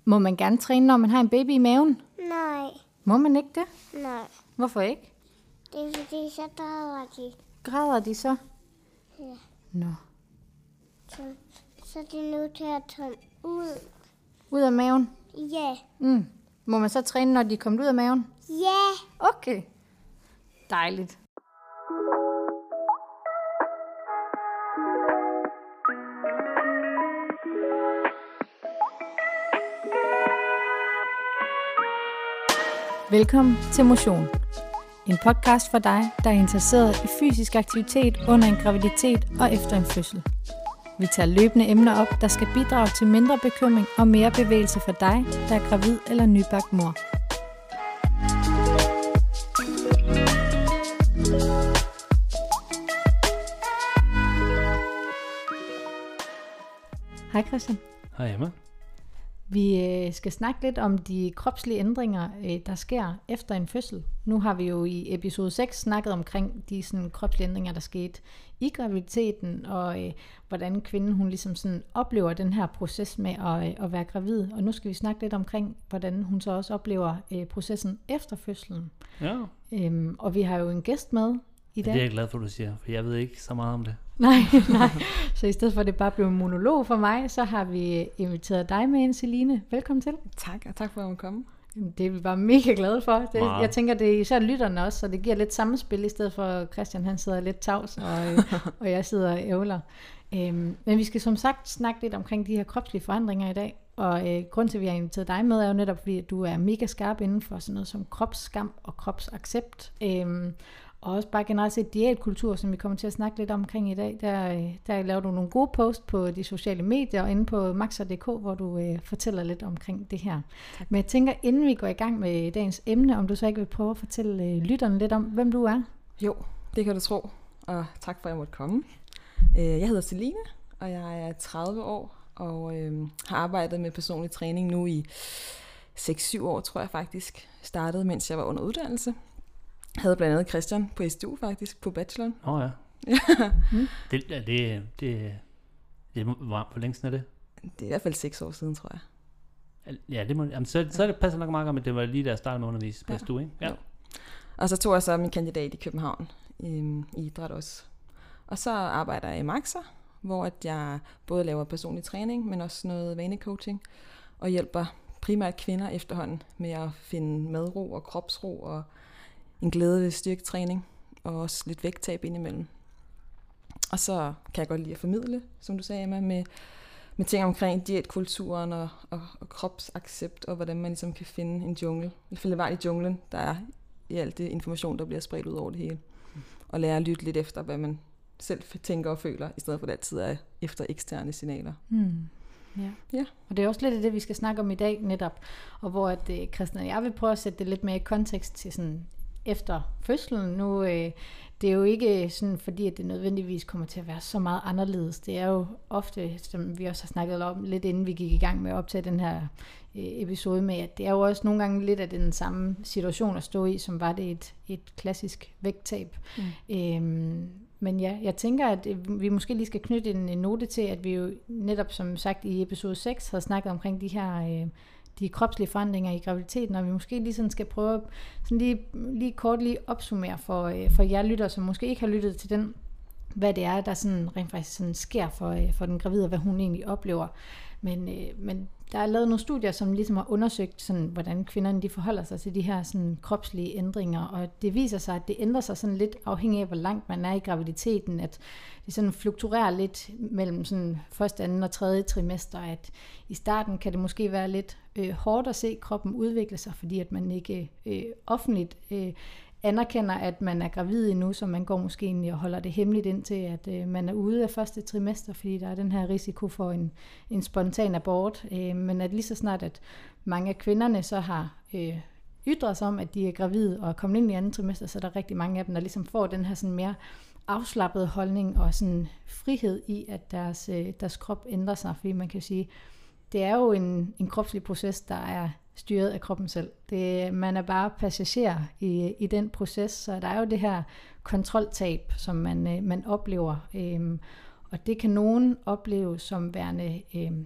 Må man gerne træne, når man har en baby i maven? Nej, Må man ikke det? nej. Hvorfor ikke? Det er fordi, så græder de. Græder de så? Ja. Nå. Så er de nødt til at tage ud. Ud af maven? Ja. Må man så træne, når de er kommet ud af maven? Ja. Okay. Dejligt. Velkommen til Motion. En podcast for dig, der er interesseret i fysisk aktivitet under en graviditet og efter en fødsel. Vi tager løbende emner op, der skal bidrage til mindre bekymring og mere bevægelse for dig, der er gravid eller nybagt mor. Hej Christian. Hej Emma. Vi skal snakke lidt om de kropslige ændringer, der sker efter en fødsel. Nu har vi jo i episode 6 snakket omkring de sådan, kropslige ændringer, der skete i graviditeten, og hvordan kvinden hun ligesom sådan, oplever den her proces med at være gravid. Og nu skal vi snakke lidt omkring, hvordan hun så også oplever processen efter fødslen. Ja. Og vi har jo en gæst med i dag. Det er jeg glad for, du siger, for jeg ved ikke så meget om det. Nej. Så i stedet for at det bare blev en monolog for mig, så har vi inviteret dig med ind, Celine. Velkommen til. Tak, og tak for at jeg komme. Det er vi bare mega glade for. Jeg tænker, det er især lytterne også, så det giver lidt samspil, i stedet for at Christian han sidder lidt tavs, og jeg sidder og ævler. Men vi skal som sagt snakke lidt omkring de her kropslige forandringer i dag. Og grund til, at vi har inviteret dig med, er jo netop, fordi du er mega skarp inden for sådan noget som kropsskam og kropsaccept. Og også bare generelt set diætkultur, som vi kommer til at snakke lidt omkring i dag. Der laver du nogle gode post på de sociale medier og inde på maxa.dk, hvor du fortæller lidt omkring det her. Tak. Men jeg tænker, inden vi går i gang med dagens emne, om du så ikke vil prøve at fortælle lytterne lidt om, hvem du er? Jo, det kan du tro, og tak for at jeg måtte komme. Jeg hedder Celine, og jeg er 30 år, og har arbejdet med personlig træning nu i 6-7 år, tror jeg faktisk. Startede, mens jeg var under uddannelse. Havde blandt andet Christian på SDU faktisk, på bacheloren. Ja. Hvor længe siden er det? Det er i hvert fald 6 år siden, tror jeg. Ja, det må, jamen, så det passer nok meget godt, men det var lige der jeg startede med at undervise på SDU, ikke? Ja. Jo. Og så tog jeg så min kandidat i København, i idræt også. Og så arbejder jeg i Maxa, hvor at jeg både laver personlig træning, men også noget vanecoaching, og hjælper primært kvinder efterhånden med at finde madro og kropsro og en glæde ved styrketræning, og også lidt vægttab indimellem. Og så kan jeg godt lide at formidle, som du sagde, Emma, med ting omkring diætkulturen og kropsaccept, og hvordan man ligesom kan finde en jungle, finde vej i junglen, der er i alt det information, der bliver spredt ud over det hele. Og lære at lytte lidt efter, hvad man selv tænker og føler, i stedet for at altid er efter eksterne signaler. Ja. Og det er også lidt af det, vi skal snakke om i dag netop, og hvor at Christian og jeg vil prøve at sætte det lidt mere i kontekst til sådan efter fødslen. Nu, det er jo ikke sådan, fordi at det nødvendigvis kommer til at være så meget anderledes. Det er jo ofte, som vi også har snakket om lidt inden vi gik i gang med at optage den her episode med, at det er jo også nogle gange lidt af den samme situation at stå i, som var det et klassisk vægttab. Men ja, jeg tænker, at vi måske lige skal knytte en note til, at vi jo netop som sagt i episode 6 har snakket omkring de her de kropslige forandringer i graviditeten, og vi måske lige sådan skal prøve sådan lige kort opsummere for jer lyttere, som måske ikke har lyttet til den, hvad det er, der sådan rent faktisk sådan sker for den gravide, og hvad hun egentlig oplever. Men der er lavet nogle studier, som ligesom har undersøgt, sådan, hvordan kvinderne de forholder sig til de her sådan, kropslige ændringer, og det viser sig, at det ændrer sig sådan lidt afhængig af, hvor langt man er i graviditeten, at det sådan fluktuerer lidt mellem sådan, første, anden og tredje trimester, at i starten kan det måske være lidt hårdt at se kroppen udvikle sig, fordi at man ikke offentligt anerkender, at man er gravid endnu, så man går måske egentlig og holder det hemmeligt indtil, at man er ude af første trimester, fordi der er den her risiko for en spontan abort. Men at lige så snart, at mange af kvinderne så har ytret sig om, at de er gravide og er kommet ind i anden trimester, så er der rigtig mange af dem, der ligesom får den her sådan mere afslappede holdning og sådan frihed i, at deres krop ændrer sig, fordi man kan sige, det er jo en kropslig proces, der er styret af kroppen selv. Man er bare passager i den proces, så der er jo det her kontroltab, som man oplever. Og det kan nogen opleve som værende, eller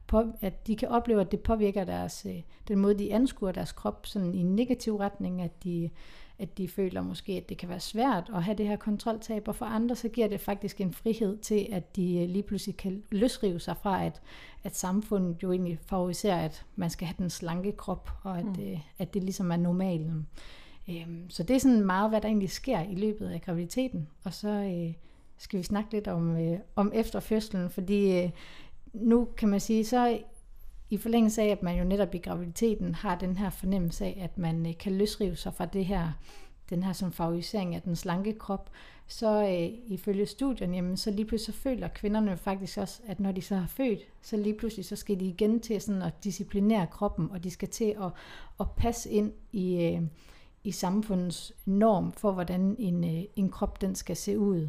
at de kan opleve, at det påvirker den måde, de anskuer deres krop sådan i en negativ retning, at de føler måske, at det kan være svært at have det her kontroltab, og for andre så giver det faktisk en frihed til, at de lige pludselig kan løsrive sig fra, at samfundet jo egentlig favoriserer, at man skal have den slanke krop, og at det ligesom er normalen. Så det er sådan meget, hvad der egentlig sker i løbet af graviditeten, og så skal vi snakke lidt om efterfødslen, fordi nu kan man sige, så i forlængelse af, at man jo netop i graviditeten har den her fornemmelse af, at man kan løsrive sig fra den her sådan favorisering af den slanke krop, så ifølge studien, jamen, så lige pludselig så føler kvinderne faktisk også, at når de så har født, så lige pludselig så skal de igen til sådan at disciplinere kroppen, og de skal til at passe ind i samfundets norm for, hvordan en krop den skal se ud.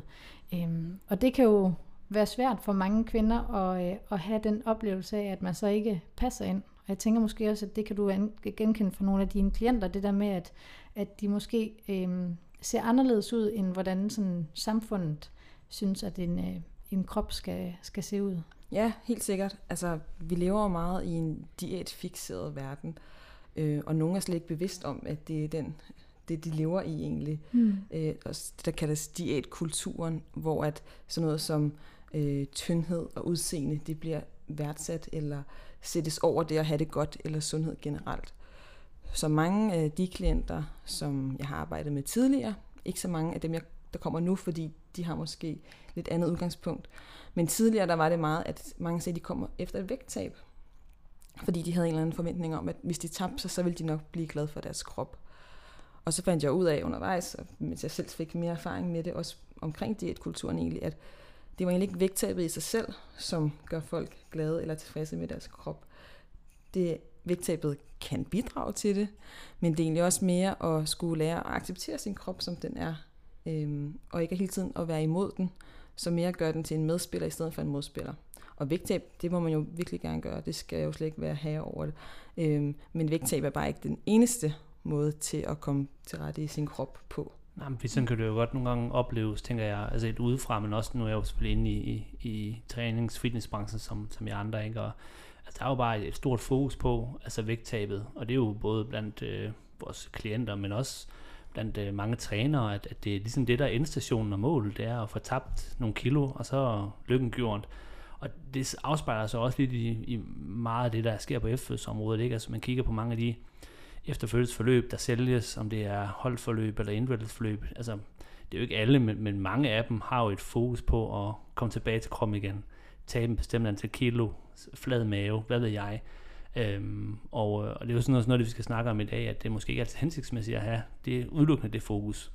Og det kan jo være svært for mange kvinder at have den oplevelse af, at man så ikke passer ind. Og jeg tænker måske også, at det kan du genkende fra nogle af dine klienter, det der med, at de måske ser anderledes ud, end hvordan sådan samfundet synes, at en krop skal se ud. Ja, helt sikkert. Altså, vi lever jo meget i en diætfikseret verden, og nogen er slet ikke bevidst om, at det er det, de lever i egentlig. Og det, der kaldes diætkulturen, hvor at sådan noget som tyndhed og udseende, det bliver værdsat eller sættes over det at have det godt, eller sundhed generelt. Så mange af de klienter, som jeg har arbejdet med tidligere, ikke så mange af dem, der kommer nu, fordi de har måske lidt andet udgangspunkt. Men tidligere, der var det meget, at mange sagde, at de kommer efter et vægttab, fordi de havde en eller anden forventning om, at hvis de tabte sig, så ville de nok blive glade for deres krop. Og så fandt jeg ud af undervejs, mens jeg selv fik mere erfaring med det, også omkring diætkulturen egentlig, at det var egentlig ikke vægttabet i sig selv, som gør folk glade eller tilfredse med deres krop. Vægttabet kan bidrage til det, men det er egentlig også mere at skulle lære at acceptere sin krop, som den er, og ikke hele tiden at være imod den, så mere gør den til en medspiller i stedet for en modspiller. Og vægttab, det må man jo virkelig gerne gøre, det skal jo slet ikke være herre over det. Men vægttab er bare ikke den eneste måde til at komme til rette i sin krop på. Nej, men sådan kan det jo godt nogle gange opleves, tænker jeg, altså et udefra, men også nu er jeg jo selvfølgelig inde i trænings-fitnessbranchen, som jeg andre, ikke? Og altså, der er jo bare et stort fokus på altså vægttabet, og det er jo både blandt vores klienter, men også blandt mange trænere, at det er ligesom det, der er endstationen og målet, det er at få tabt nogle kilo, og så lykken gjort. Og det afspejler sig også lidt i meget af det, der sker på efterfødselsområdet, ikke? Altså man kigger på mange af de efterfødselsforløb, der sælges, om det er holdforløb eller indvældelsesforløb. Altså, det er jo ikke alle, men mange af dem har jo et fokus på at komme tilbage til kroppen igen. Tabe en bestemt antal kilo, flad mave, hvad ved jeg. Og det er jo sådan noget, vi skal snakke om i dag, at det er måske ikke altid hensigtsmæssigt at have det udelukkende det fokus.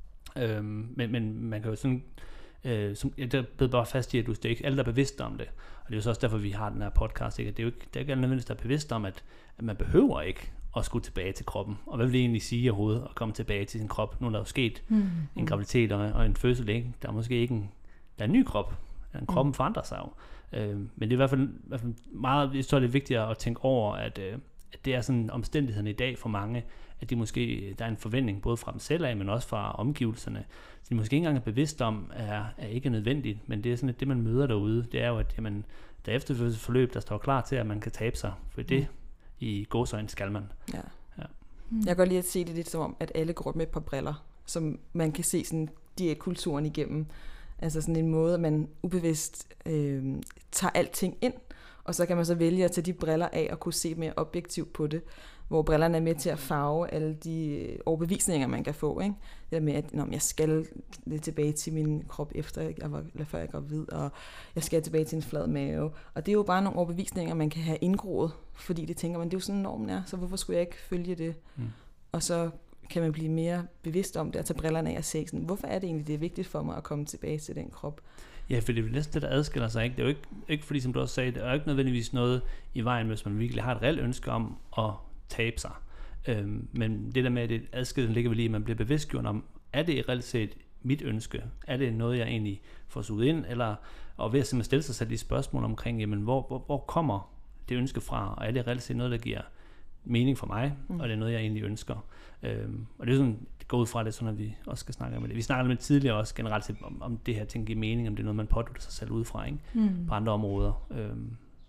Men man kan jo sådan, jeg bed bare fast i, at det er ikke alle, der er bevidst om det. Og det er jo så også derfor, vi har den her podcast. Ikke? Det er jo ikke alle nødvendigvis, der er bevidst om, at man behøver ikke at skulle tilbage til kroppen. Og hvad vil det egentlig sige overhovedet at komme tilbage til sin krop? Nu er der jo sket en graviditet og en fødsel, ikke? Der er måske ikke der er en ny krop. Kroppen forandrer sig jo. Men det er i hvert fald meget, så er det vigtigt at tænke over, at det er sådan omstændighederne i dag for mange, at de måske, der er en forventning både fra dem selv af, men også fra omgivelserne, så de måske ikke engang er bevidst om, er ikke nødvendigt, men det er sådan, at det man møder derude, det er jo, at jamen, der er efterfødselsforløb, der står klar til, at man kan tabe sig, for det i gåseøjne skal man. Ja. Jeg kan godt lide at se det lidt som om, at alle går med et par briller, som man kan se sådan diætkulturen igennem. Altså sådan en måde, at man ubevidst tager alting ind, og så kan man så vælge at tage de briller af og kunne se mere objektivt på det, hvor brillerne er med til at farve alle de overbevisninger, man kan få. Ikke? Det der med, at jeg skal lidt tilbage til min krop, før jeg er gravid, og jeg skal tilbage til en flad mave. Og det er jo bare nogle overbevisninger, man kan have indgroet, fordi det tænker man, det er jo sådan normen er, så hvorfor skulle jeg ikke følge det? Og så kan man blive mere bevidst om det, og tage brillerne af og se, sådan, hvorfor er det egentlig, det er vigtigt for mig at komme tilbage til den krop? Ja, for det er næsten det, der adskiller sig. Ikke? Det er jo ikke fordi, som du også sagde, det er jo ikke nødvendigvis noget i vejen, hvis man virkelig har et reelt ønske om at tabe sig. Men det der med, at det adskillelsen ligger vel i, at man bliver bevidstgjort om, er det reelt set mit ønske? Er det noget, jeg egentlig får suget ind? Og ved at simpelthen stille sig selv de spørgsmål omkring, jamen, hvor kommer det ønske fra? Og er det reelt set noget, der giver mening for mig? Og det er noget, jeg egentlig ønsker? Og det er sådan, det går ud fra det, sådan at vi også skal snakke om det. Vi snakkede med tidligere også generelt om det her ting giver mening, om det er noget, man pådutter sig selv udefra, ikke? På andre områder.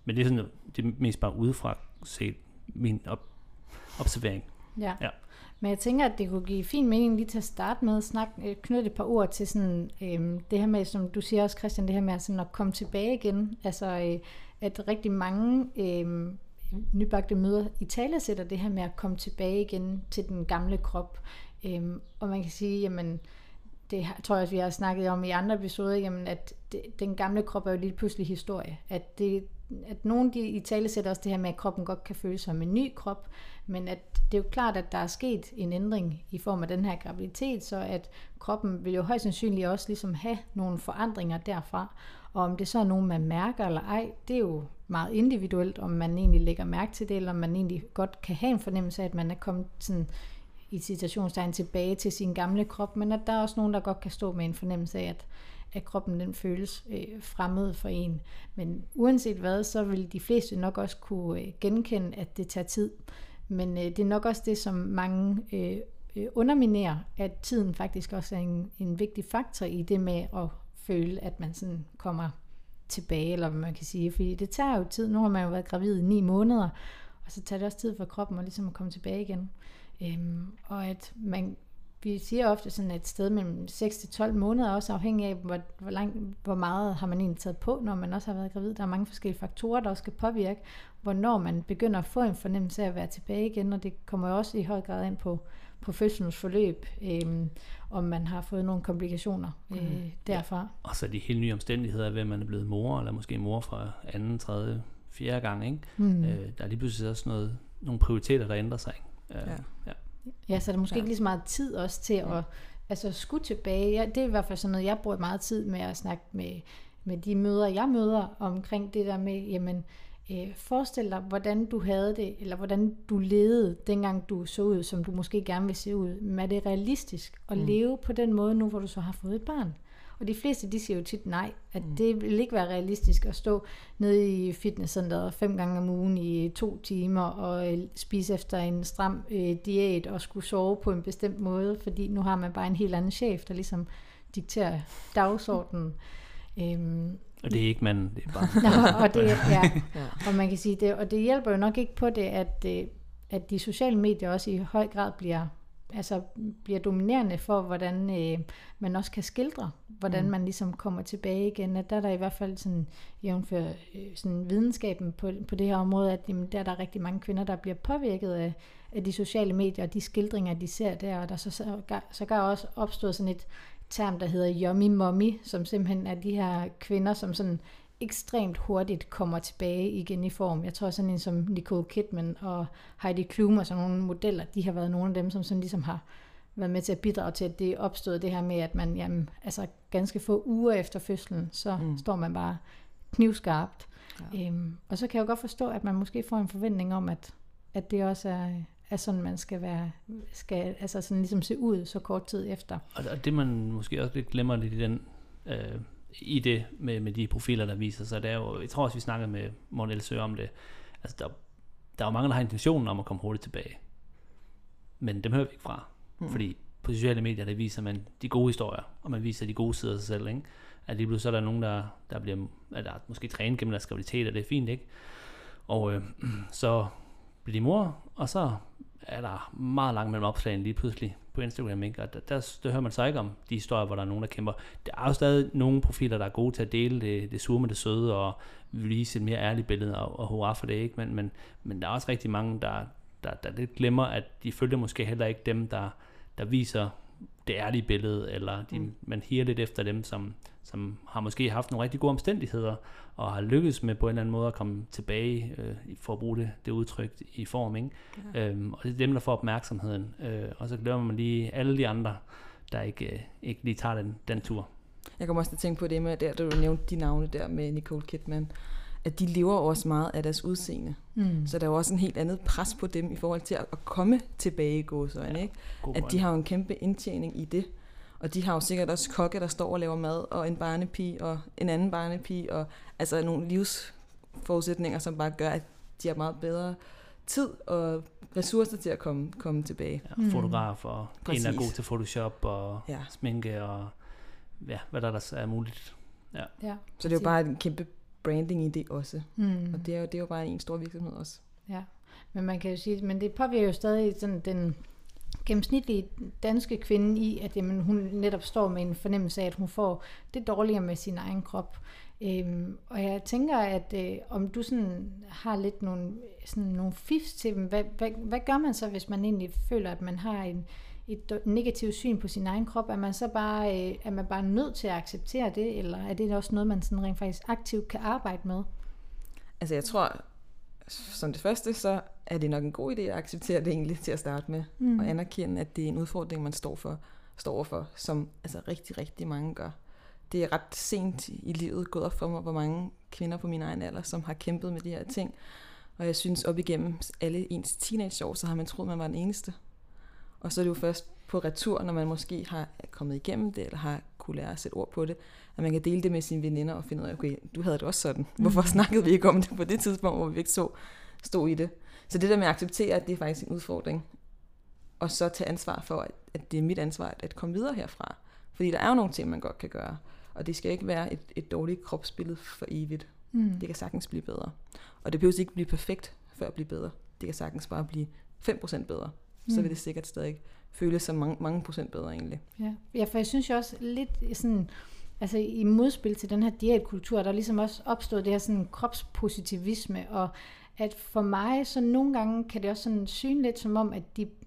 Men det er sådan, det er mest bare udefra set min observering. Ja. Ja. Men jeg tænker, at det kunne give fin mening lige til at starte med at knytte et par ord til sådan, det her med, som du siger også, Christian, det her med sådan at komme tilbage igen. Altså, at rigtig mange nybagte mødre i tale sætter det her med at komme tilbage igen til den gamle krop. Og man kan sige, jamen, det tror jeg også, vi har snakket om i andre episoder, jamen, at den gamle krop er jo lige pludselig historie. At nogen de i tale sætter også det her med, at kroppen godt kan føles som en ny krop, men at det er jo klart, at der er sket en ændring i form af den her graviditet, så at kroppen vil jo højst sandsynligt også ligesom have nogle forandringer derfra. Og om det så er nogen, man mærker eller ej, det er jo meget individuelt, om man egentlig lægger mærke til det, eller om man egentlig godt kan have en fornemmelse af, at man er kommet sådan i citationstegn tilbage til sin gamle krop, men at der er også nogen, der godt kan stå med en fornemmelse af, at kroppen den føles fremmed for en. Men uanset hvad, så vil de fleste nok også kunne genkende, at det tager tid. Men det er nok også det, som mange underminerer, at tiden faktisk også er en vigtig faktor i det med at føle, at man sådan kommer tilbage, eller hvad man kan sige. Fordi det tager jo tid. Nu har man jo været gravid i 9 måneder, og så tager det også tid for kroppen at ligesom at komme tilbage igen. Og at vi siger ofte sådan et sted mellem 6-12 måneder, også afhængig af, hvor meget har man egentlig taget på, når man også har været gravid. Der er mange forskellige faktorer, der også skal påvirke, hvornår man begynder at få en fornemmelse af at være tilbage igen, og det kommer jo også i høj grad ind på fødselens forløb, om man har fået nogle komplikationer derfra. Ja. Og så de helt nye omstændigheder, ved at man er blevet mor, eller måske mor fra 2., 3., 4. gang, ikke? Der er lige pludselig også nogle prioriteter, der ændrer sig, ikke? Ja, så er der måske ikke lige så meget tid også til at skulle tilbage. Det er i hvert fald sådan noget, jeg bruger meget tid med at snakke med de mødre, jeg møder omkring det der med, jamen, forestil dig, hvordan du havde det, eller hvordan du levede, dengang du så ud, som du måske gerne vil se ud. Men er det realistisk at leve på den måde nu, hvor du så har fået et barn? Og de fleste, de siger jo tit nej, at det vil ikke være realistisk at stå nede i fitnesscenteret 5 gange om ugen i 2 timer og spise efter en stram diæt og skulle sove på en bestemt måde, fordi nu har man bare en helt anden chef, der ligesom dikterer dagsordenen. Og det er ikke manden, det er bare... og det, og man kan sige det, og det hjælper jo nok ikke på det, at de sociale medier også i høj grad bliver dominerende for, hvordan man også kan skildre, hvordan man ligesom kommer tilbage igen. At der er der i hvert fald sådan, jævnfør sådan videnskaben på det her område, at jamen, der er der rigtig mange kvinder, der bliver påvirket af de sociale medier, og de skildringer, de ser der, og der så gør også opstået sådan et term, der hedder yummy mommy, som simpelthen er de her kvinder, som sådan ekstremt hurtigt kommer tilbage igen i form. Jeg tror sådan en som Nicole Kidman og Heidi Klum og sådan nogle modeller, de har været nogle af dem, som sådan ligesom har været med til at bidrage til, at det opstod det her med, at man jamen, altså ganske få uger efter fødslen, så står man bare knivskarpt. Ja. Og så kan jeg jo godt forstå, at man måske får en forventning om, at det også er sådan, man skal altså sådan ligesom se ud så kort tid efter. Og det man måske også lidt glemmer lidt i den... i det med de profiler, der viser sig, det er jo, jeg tror også, vi snakkede med Morten Elsø om det, altså der er jo mange, der har intentionen om at komme hurtigt tilbage, men dem hører vi ikke fra, fordi på sociale medier, der viser man de gode historier, og man viser de gode sider af sig selv, ikke? At lige pludselig så er der nogen, der bliver, der måske trænet gennem deres graviditet, og det er fint, ikke? Og så bliver de mor, og så er der meget langt mellem opslagene lige pludselig på Instagram, ikke? Og der hører man så ikke om de historier, hvor der er nogen, der kæmper. Der er jo stadig nogle profiler, der er gode til at dele det sure med det søde, og vise et mere ærligt billede, og hurra for det, ikke? Men der er også rigtig mange, der lidt glemmer, at de følger måske heller ikke dem, der viser det ærlige billede, eller man higer lidt efter dem, som har måske haft nogle rigtig gode omstændigheder, og har lykkes med på en eller anden måde at komme tilbage, for at bruge det udtryk i form, ikke? Ja. Og det er dem, der får opmærksomheden, og så glemmer man lige alle de andre, der ikke lige tager den tur. Jeg kommer også til at tænke på det med, der du nævnte de navne der med Nicole Kidman, at de lever også meget af deres udseende. Så der er jo også en helt andet pres på dem i forhold til at komme tilbage i gåseøjne, ikke? At de har jo en kæmpe indtjening i det. Og de har jo sikkert også kokke, der står og laver mad, og en barnepige, og en anden barnepige, og altså nogle livsforudsætninger, som bare gør, at de har meget bedre tid og ressourcer til at komme tilbage. Ja, fotograf, og en er god til Photoshop, og sminke, og hvad der er muligt. Ja. Så det er jo bare en kæmpe branding i det også. Og det er jo bare en stor virksomhed også. Ja, men man kan jo sige, men det påvirker jo stadig sådan den gennemsnitlige danske kvinde i, at jamen, hun netop står med en fornemmelse af, at hun får det dårligere med sin egen krop. Og jeg tænker, at om du sådan har lidt nogle fifs til dem, hvad gør man så, hvis man egentlig føler, at man har et negativt syn på sin egen krop? Er man så bare nødt til at acceptere det, eller er det også noget, man sådan rent faktisk aktivt kan arbejde med? Altså jeg tror, som det første, så er det nok en god idé at acceptere det egentlig til at starte med, og anerkende, at det er en udfordring, man står overfor, som altså rigtig, rigtig mange gør. Det er ret sent i livet gået op for mig, hvor mange kvinder på min egen alder, som har kæmpet med de her ting. Og jeg synes, op igennem alle ens teenageår, så har man troet, man var den eneste. Og så er det jo først på retur, når man måske har kommet igennem det, eller har kunne lære at sætte ord på det, at man kan dele det med sine veninder og finde ud af, okay, du havde det også sådan. Hvorfor snakkede vi ikke om det på det tidspunkt, hvor vi ikke stod i det? Så det der med at acceptere, at det er faktisk en udfordring, og så tage ansvar for, at det er mit ansvar at komme videre herfra. Fordi der er jo nogle ting, man godt kan gøre. Og det skal ikke være et dårligt kropsbillede for evigt. Det kan sagtens blive bedre. Og det behøver ikke blive perfekt før at blive bedre. Det kan sagtens bare blive 5% bedre. Så vil det sikkert stadig føles som mange procent bedre egentlig. Ja, for jeg synes jo også lidt sådan, altså i modspil til den her diætkultur, der er ligesom også opstået det her sådan kropspositivisme, og at for mig, så nogle gange kan det også sådan syne lidt som om,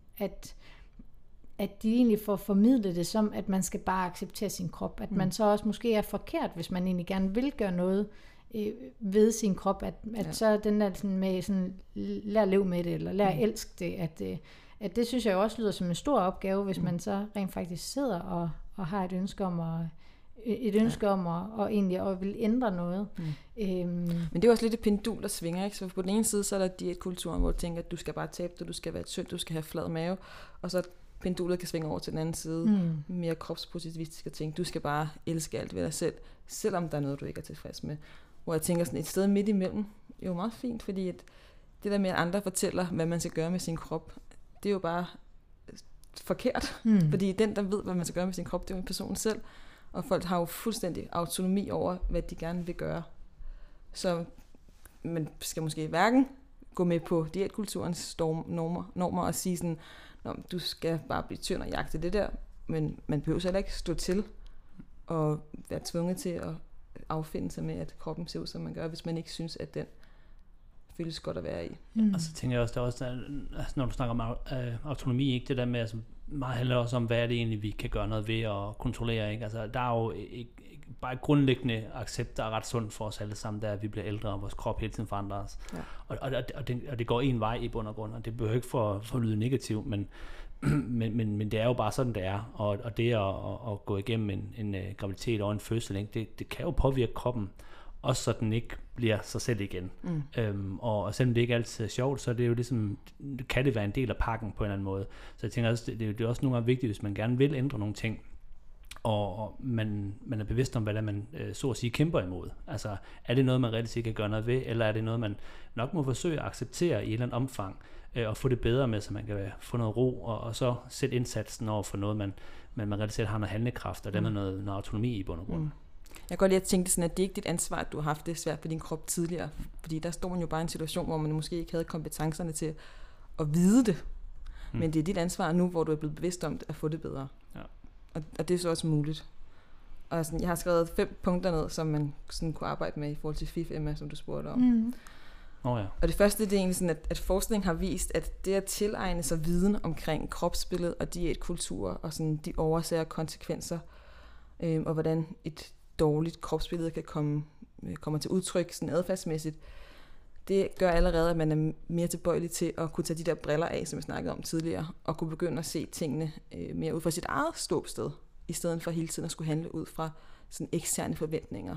at de egentlig får formidlet det som, at man skal bare acceptere sin krop. At man så også måske er forkert, hvis man egentlig gerne vil gøre noget ved sin krop. At så den der sådan med sådan, lær at leve med det, eller lær at elske det. At det synes jeg jo også lyder som en stor opgave, hvis man så rent faktisk sidder og har et ønske om at egentlig at vil ændre noget. Men det er også lidt et pendul, der svinger, ikke? Så på den ene side, så er der diætkulturen, hvor du tænker, at du skal bare tabe dig, du skal være tynd, du skal have flad mave, og så pendulet kan svinge over til den anden side, mere kropspositivistiske ting. Du skal bare elske alt ved dig selv, selvom der er noget, du ikke er tilfreds med. Hvor jeg tænker sådan et sted midt imellem, er jo meget fint, fordi at det der med, at andre fortæller, hvad man skal gøre med sin krop, det er jo bare forkert. Fordi den, der ved, hvad man skal gøre med sin krop, det er jo personen selv. Og folk har jo fuldstændig autonomi over, hvad de gerne vil gøre. Så man skal måske hverken gå med på diætkulturens normer og sige sådan, du skal bare blive tynd og jagte det der, men man behøver heller ikke stå til og være tvunget til at affinde sig med, at kroppen ser ud, som man gør, hvis man ikke synes, at den føles godt at være i. Og så tænker jeg også, der også altså, når du snakker om autonomi, ikke det der med, altså, meget handler også om, hvad er det egentlig, vi kan gøre noget ved og kontrollere, ikke? Altså, der er jo bare et grundlæggende accept, der er ret sundt for os alle sammen, der at vi bliver ældre, og vores krop hele tiden forandrer os. Ja. Og det går en vej i bund og grund, og det behøver ikke for at lyde negativt, men det er jo bare sådan, det er. Og det at gå igennem en graviditet og en fødsel, ikke? Det kan jo påvirke kroppen, også så den ikke bliver sig selv igen. Og selvom det ikke altid er sjovt, så er det jo ligesom, kan det være en del af pakken på en eller anden måde. Så jeg tænker også, det er også nogle gange vigtigt, hvis man gerne vil ændre nogle ting, og man er bevidst om, hvad man så at sige kæmper imod. Altså, er det noget, man reelt ikke kan gøre noget ved, eller er det noget, man nok må forsøge at acceptere i et eller andet omfang, og få det bedre med, så man kan få noget ro, og så sætte indsatsen over for noget, man reelt set har noget handlekraft, og dermed noget autonomi i bund og grund. Jeg kan godt lide at tænke sådan, at det ikke er dit ansvar, at du har haft det svært for din krop tidligere, fordi der står man jo bare i en situation, hvor man måske ikke havde kompetencerne til at vide det, men det er dit ansvar nu, hvor du er blevet bevidst om det, at få det bedre. Ja. Og det er så også muligt. Og sådan, jeg har skrevet 5 punkter ned, som man sådan kunne arbejde med i forhold til FIF, Emma, som du spurgte om. Ja. Og det første, det er egentlig sådan, at forskning har vist, at det at tilegne sig viden omkring kropsbillede og diætkultur og sådan de årsager og konsekvenser, og hvordan et dårligt kropsbillede kan komme til udtryk sådan adfærdsmæssigt, det gør allerede, at man er mere tilbøjelig til at kunne tage de der briller af, som jeg snakkede om tidligere, og kunne begynde at se tingene mere ud fra sit eget ståsted, i stedet for hele tiden at skulle handle ud fra sådan eksterne forventninger.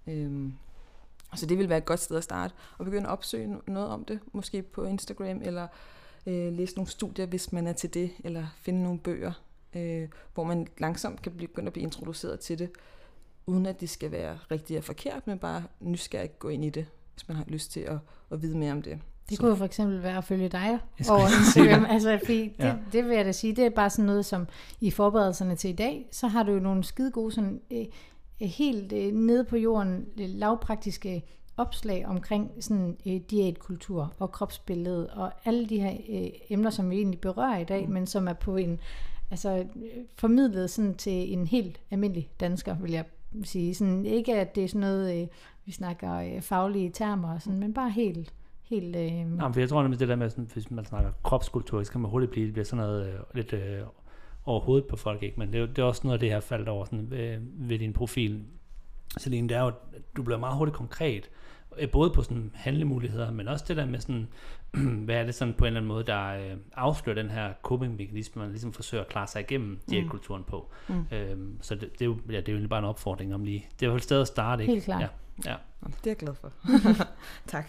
Så det vil være et godt sted at starte, og begynde at opsøge noget om det, måske på Instagram, eller læse nogle studier, hvis man er til det, eller finde nogle bøger, hvor man langsomt kan begynde at blive introduceret til det, uden at det skal være rigtigt og forkert, men bare nysgerrigt gå ind i det, hvis man har lyst til at vide mere om det. Det kunne jo for eksempel være at følge dig over Instagram. Altså, det vil jeg da sige, det er bare sådan noget, som i forberedelserne til i dag, så har du jo nogle skide gode sådan, helt nede på jorden, lavpraktiske opslag omkring sådan diætkultur og kropsbillede og alle de her emner, som vi egentlig berører i dag, men som er på en, altså formidlet sådan til en helt almindelig dansker, vil jeg sige. Sådan, ikke at det er sådan noget, vi snakker faglige termer og sådan, men bare helt Jamen, for jeg tror nemlig det der med, sådan, hvis man snakker kropskultur, så kan man hurtigt blive sådan noget lidt over hovedet på folk, ikke? Men det er også noget af det her faldt over sådan, ved din profil. Celine, det er jo, at du bliver meget hurtigt konkret, både på sådan handlemuligheder, men også det der med sådan, hvad er det sådan på en eller anden måde, der afslører den her coping-mekanisme, man ligesom forsøger at klare sig igennem diætkulturen på. Så det er jo egentlig bare en opfordring om lige, det er jo et sted at starte, ikke? Helt klart. Ja. Det er jeg glad for. Tak.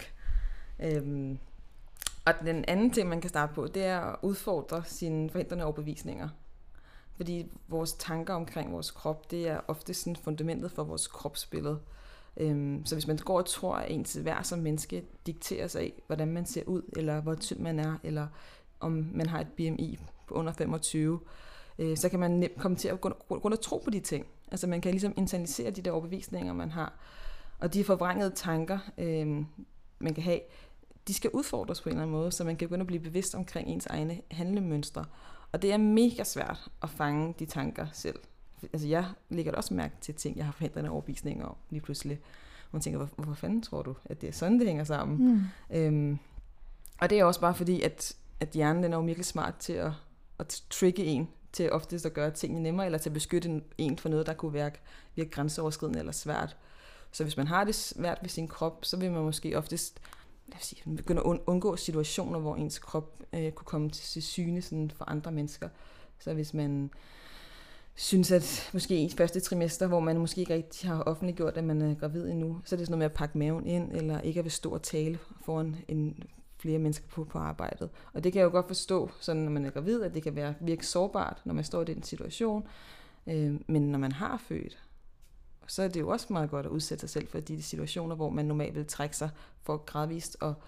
Og den anden ting, man kan starte på, det er at udfordre sine forhindrende overbevisninger. Fordi vores tanker omkring vores krop, det er ofte sådan fundamentet for vores kropsbillede. Så hvis man går og tror, at ens værd som menneske dikterer sig af, hvordan man ser ud, eller hvor tynd man er, eller om man har et BMI på under 25, så kan man nemt komme til at gå rundt og tro på de ting. Altså man kan ligesom internalisere de der overbevisninger, man har. Og de forvrængede tanker, man kan have, de skal udfordres på en eller anden måde, så man kan begynde at blive bevidst omkring ens egne handlemønstre. Og det er mega svært at fange de tanker selv. Altså jeg lægger da også mærke til ting, jeg har forhindrende overbevisninger om lige pludselig. Og man tænker, hvorfor fanden tror du, at det er sådan, det hænger sammen? Og det er også bare fordi, at hjernen den er jo virkelig smart til at trigge en, til oftest at gøre tingene nemmere, eller til at beskytte en for noget, der kunne virke grænseoverskridende eller svært. Så hvis man har det svært ved sin krop, så vil man måske oftest begynde at undgå situationer, hvor ens krop kunne komme til syne sådan for andre mennesker. Så hvis man synes, at måske i første trimester, hvor man måske ikke rigtig har offentliggjort, at man er gravid endnu, så er det sådan noget med at pakke maven ind, eller ikke at vil stå og tale foran flere mennesker på arbejdet. Og det kan jeg jo godt forstå, sådan når man er gravid, at det kan virke sårbart, når man står i den situation. Men når man har født, så er det jo også meget godt at udsætte sig selv for de situationer, hvor man normalt vil trække sig for gradvist og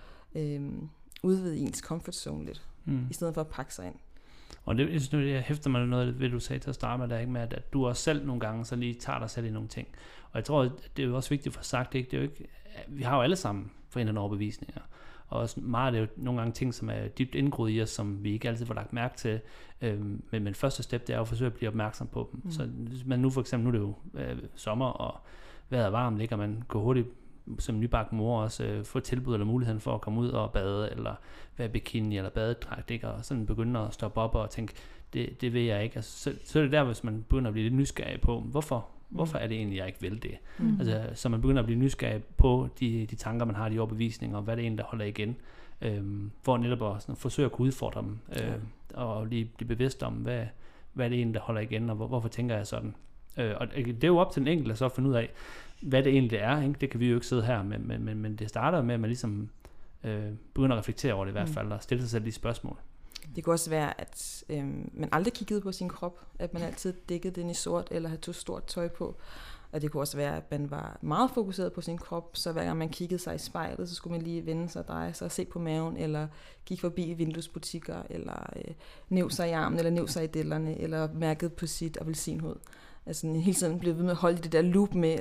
udvide ens comfort zone lidt, i stedet for at pakke sig ind. Og det, jeg hæfter mig noget af det, du sagde til at starte med, der, ikke, med at du også selv nogle gange så lige tager dig selv i nogle ting. Og jeg tror, det er jo også vigtigt at få sagt, ikke? Det er jo ikke, vi har jo alle sammen forhindrende overbevisninger. Og også meget af det er jo nogle gange ting, som er dybt indgroet i os, som vi ikke altid får lagt mærke til. Men første step, det er jo at forsøge at blive opmærksom på dem. Så men nu for eksempel, nu er det jo sommer, og vejret er varmt, ikke? Og man går hurtigt som nybagt mor også få tilbud eller muligheden for at komme ud og bade, eller være bikini eller badedragt, ikke? Og sådan begynde at stoppe op og tænke, det vil jeg ikke. Altså, så er det der, hvis man begynder at blive lidt nysgerrig på, hvorfor er det egentlig, jeg ikke vil det? Altså, så man begynder at blive nysgerrig på de tanker, man har, de overbevisninger, og hvad det er egentlig, der holder igen. For netop at sådan, forsøge at kunne udfordre dem, og lige blive bevidst om, hvad er det egentlig, der holder igen, og hvorfor tænker jeg sådan? Og det er jo op til den enkelte så at finde ud af, hvad det egentlig er. Ikke? Det kan vi jo ikke sidde her, men det starter med, at man ligesom begynder at reflektere over det i hvert fald, og stille sig selv de spørgsmål. Det kunne også være, at man aldrig kiggede på sin krop, at man altid dækkede den i sort, eller havde stort tøj på. Og det kunne også være, at man var meget fokuseret på sin krop, så hver gang man kiggede sig i spejlet, så skulle man lige vende sig og dreje sig og se på maven, eller kigge forbi vinduesbutikker, eller næv sig i armen, eller næv sig i dellerne, eller mærket på sit appelsinhud. Altså hele tiden blev ved med at holde det der loop med,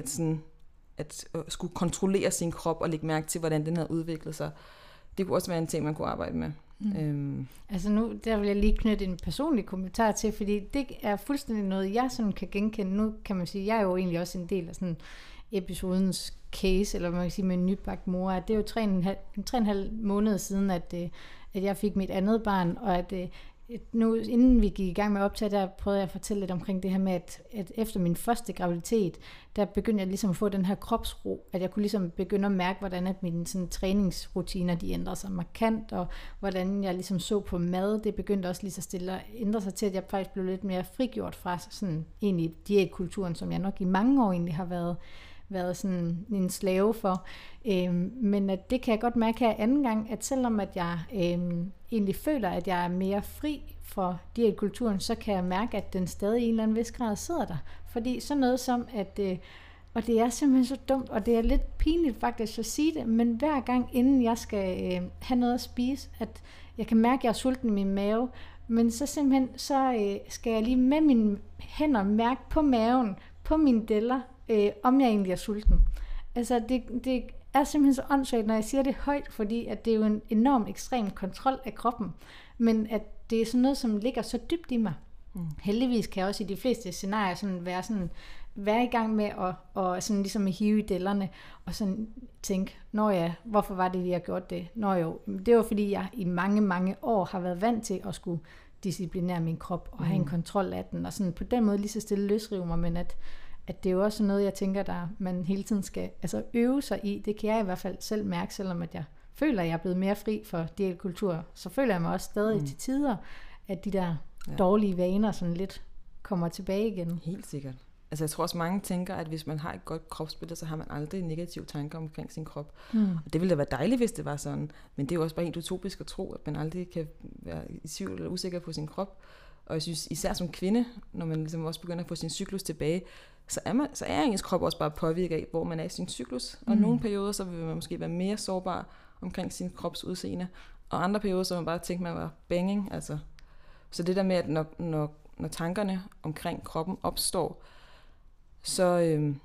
at skulle kontrollere sin krop og lægge mærke til, hvordan den havde udviklet sig. Det kunne også være en ting, man kunne arbejde med. Altså nu, der vil jeg lige knytte en personlig kommentar til, fordi det er fuldstændig noget, jeg sådan kan genkende. Nu kan man sige, jeg er jo egentlig også en del af sådan episodens case, eller man kan sige med en nybagt mor, at det er jo 3,5 måneder siden, at jeg fik mit andet barn, og at nu, inden vi gik i gang med optag, der prøvede jeg at fortælle lidt omkring det her med, at efter min første graviditet, der begyndte jeg ligesom at få den her kropsro, at jeg kunne ligesom begynde at mærke, hvordan at mine sådan, træningsrutiner, de ændrede sig markant, og hvordan jeg ligesom så på mad, det begyndte også lige så stille at ændre sig til, at jeg faktisk blev lidt mere frigjort fra sådan egentlig diætkulturen, som jeg nok i mange år egentlig har været sådan en slave for. Men at det kan jeg godt mærke her anden gang, at selvom at jeg egentlig føler, at jeg er mere fri for diætkulturen, så kan jeg mærke, at den stadig i en eller anden vis grad sidder der. Fordi sådan noget som, at og det er simpelthen så dumt, og det er lidt pinligt faktisk at sige det, men hver gang inden jeg skal have noget at spise, at jeg kan mærke, at jeg er sulten i min mave, men så simpelthen skal jeg lige med mine hænder mærke på maven, på mine deller, om jeg egentlig er sulten. Altså er simpelthen så åndssvagt, når jeg siger det højt, fordi at det er jo en enorm ekstrem kontrol af kroppen, men at det er sådan noget, som ligger så dybt i mig. Heldigvis kan jeg også i de fleste scenarier sådan være i gang med at sådan ligesom at hive i dellerne, og sådan tænke, nå ja, hvorfor var det, jeg har gjort det? Nå jo, det var fordi, jeg i mange, mange år har været vant til at skulle disciplinere min krop, og have en kontrol af den, og sådan på den måde lige så stille løsrive mig, men at det er jo også noget, jeg tænker, man hele tiden skal øve sig i. Det kan jeg i hvert fald selv mærke, selvom at jeg føler, at jeg er blevet mere fri for diætkultur, så føler jeg mig også stadig til tider, at de der dårlige vaner sådan lidt kommer tilbage igen. Helt sikkert. Altså jeg tror også mange tænker, at hvis man har et godt kropsbillede, så har man aldrig negative tanker omkring sin krop. Og det ville da være dejligt, hvis det var sådan. Men det er jo også bare helt utopisk at tro, at man aldrig kan være i tvivl eller usikker på sin krop. Og jeg synes, især som kvinde, når man ligesom også begynder at få sin cyklus tilbage, så er ens krop også bare påvirket af, hvor man er i sin cyklus. Og nogle perioder, så vil man måske være mere sårbar omkring sin krops udseende. Og andre perioder, så man bare tænker, man var banging. Altså. Så det der med, at når tankerne omkring kroppen opstår, så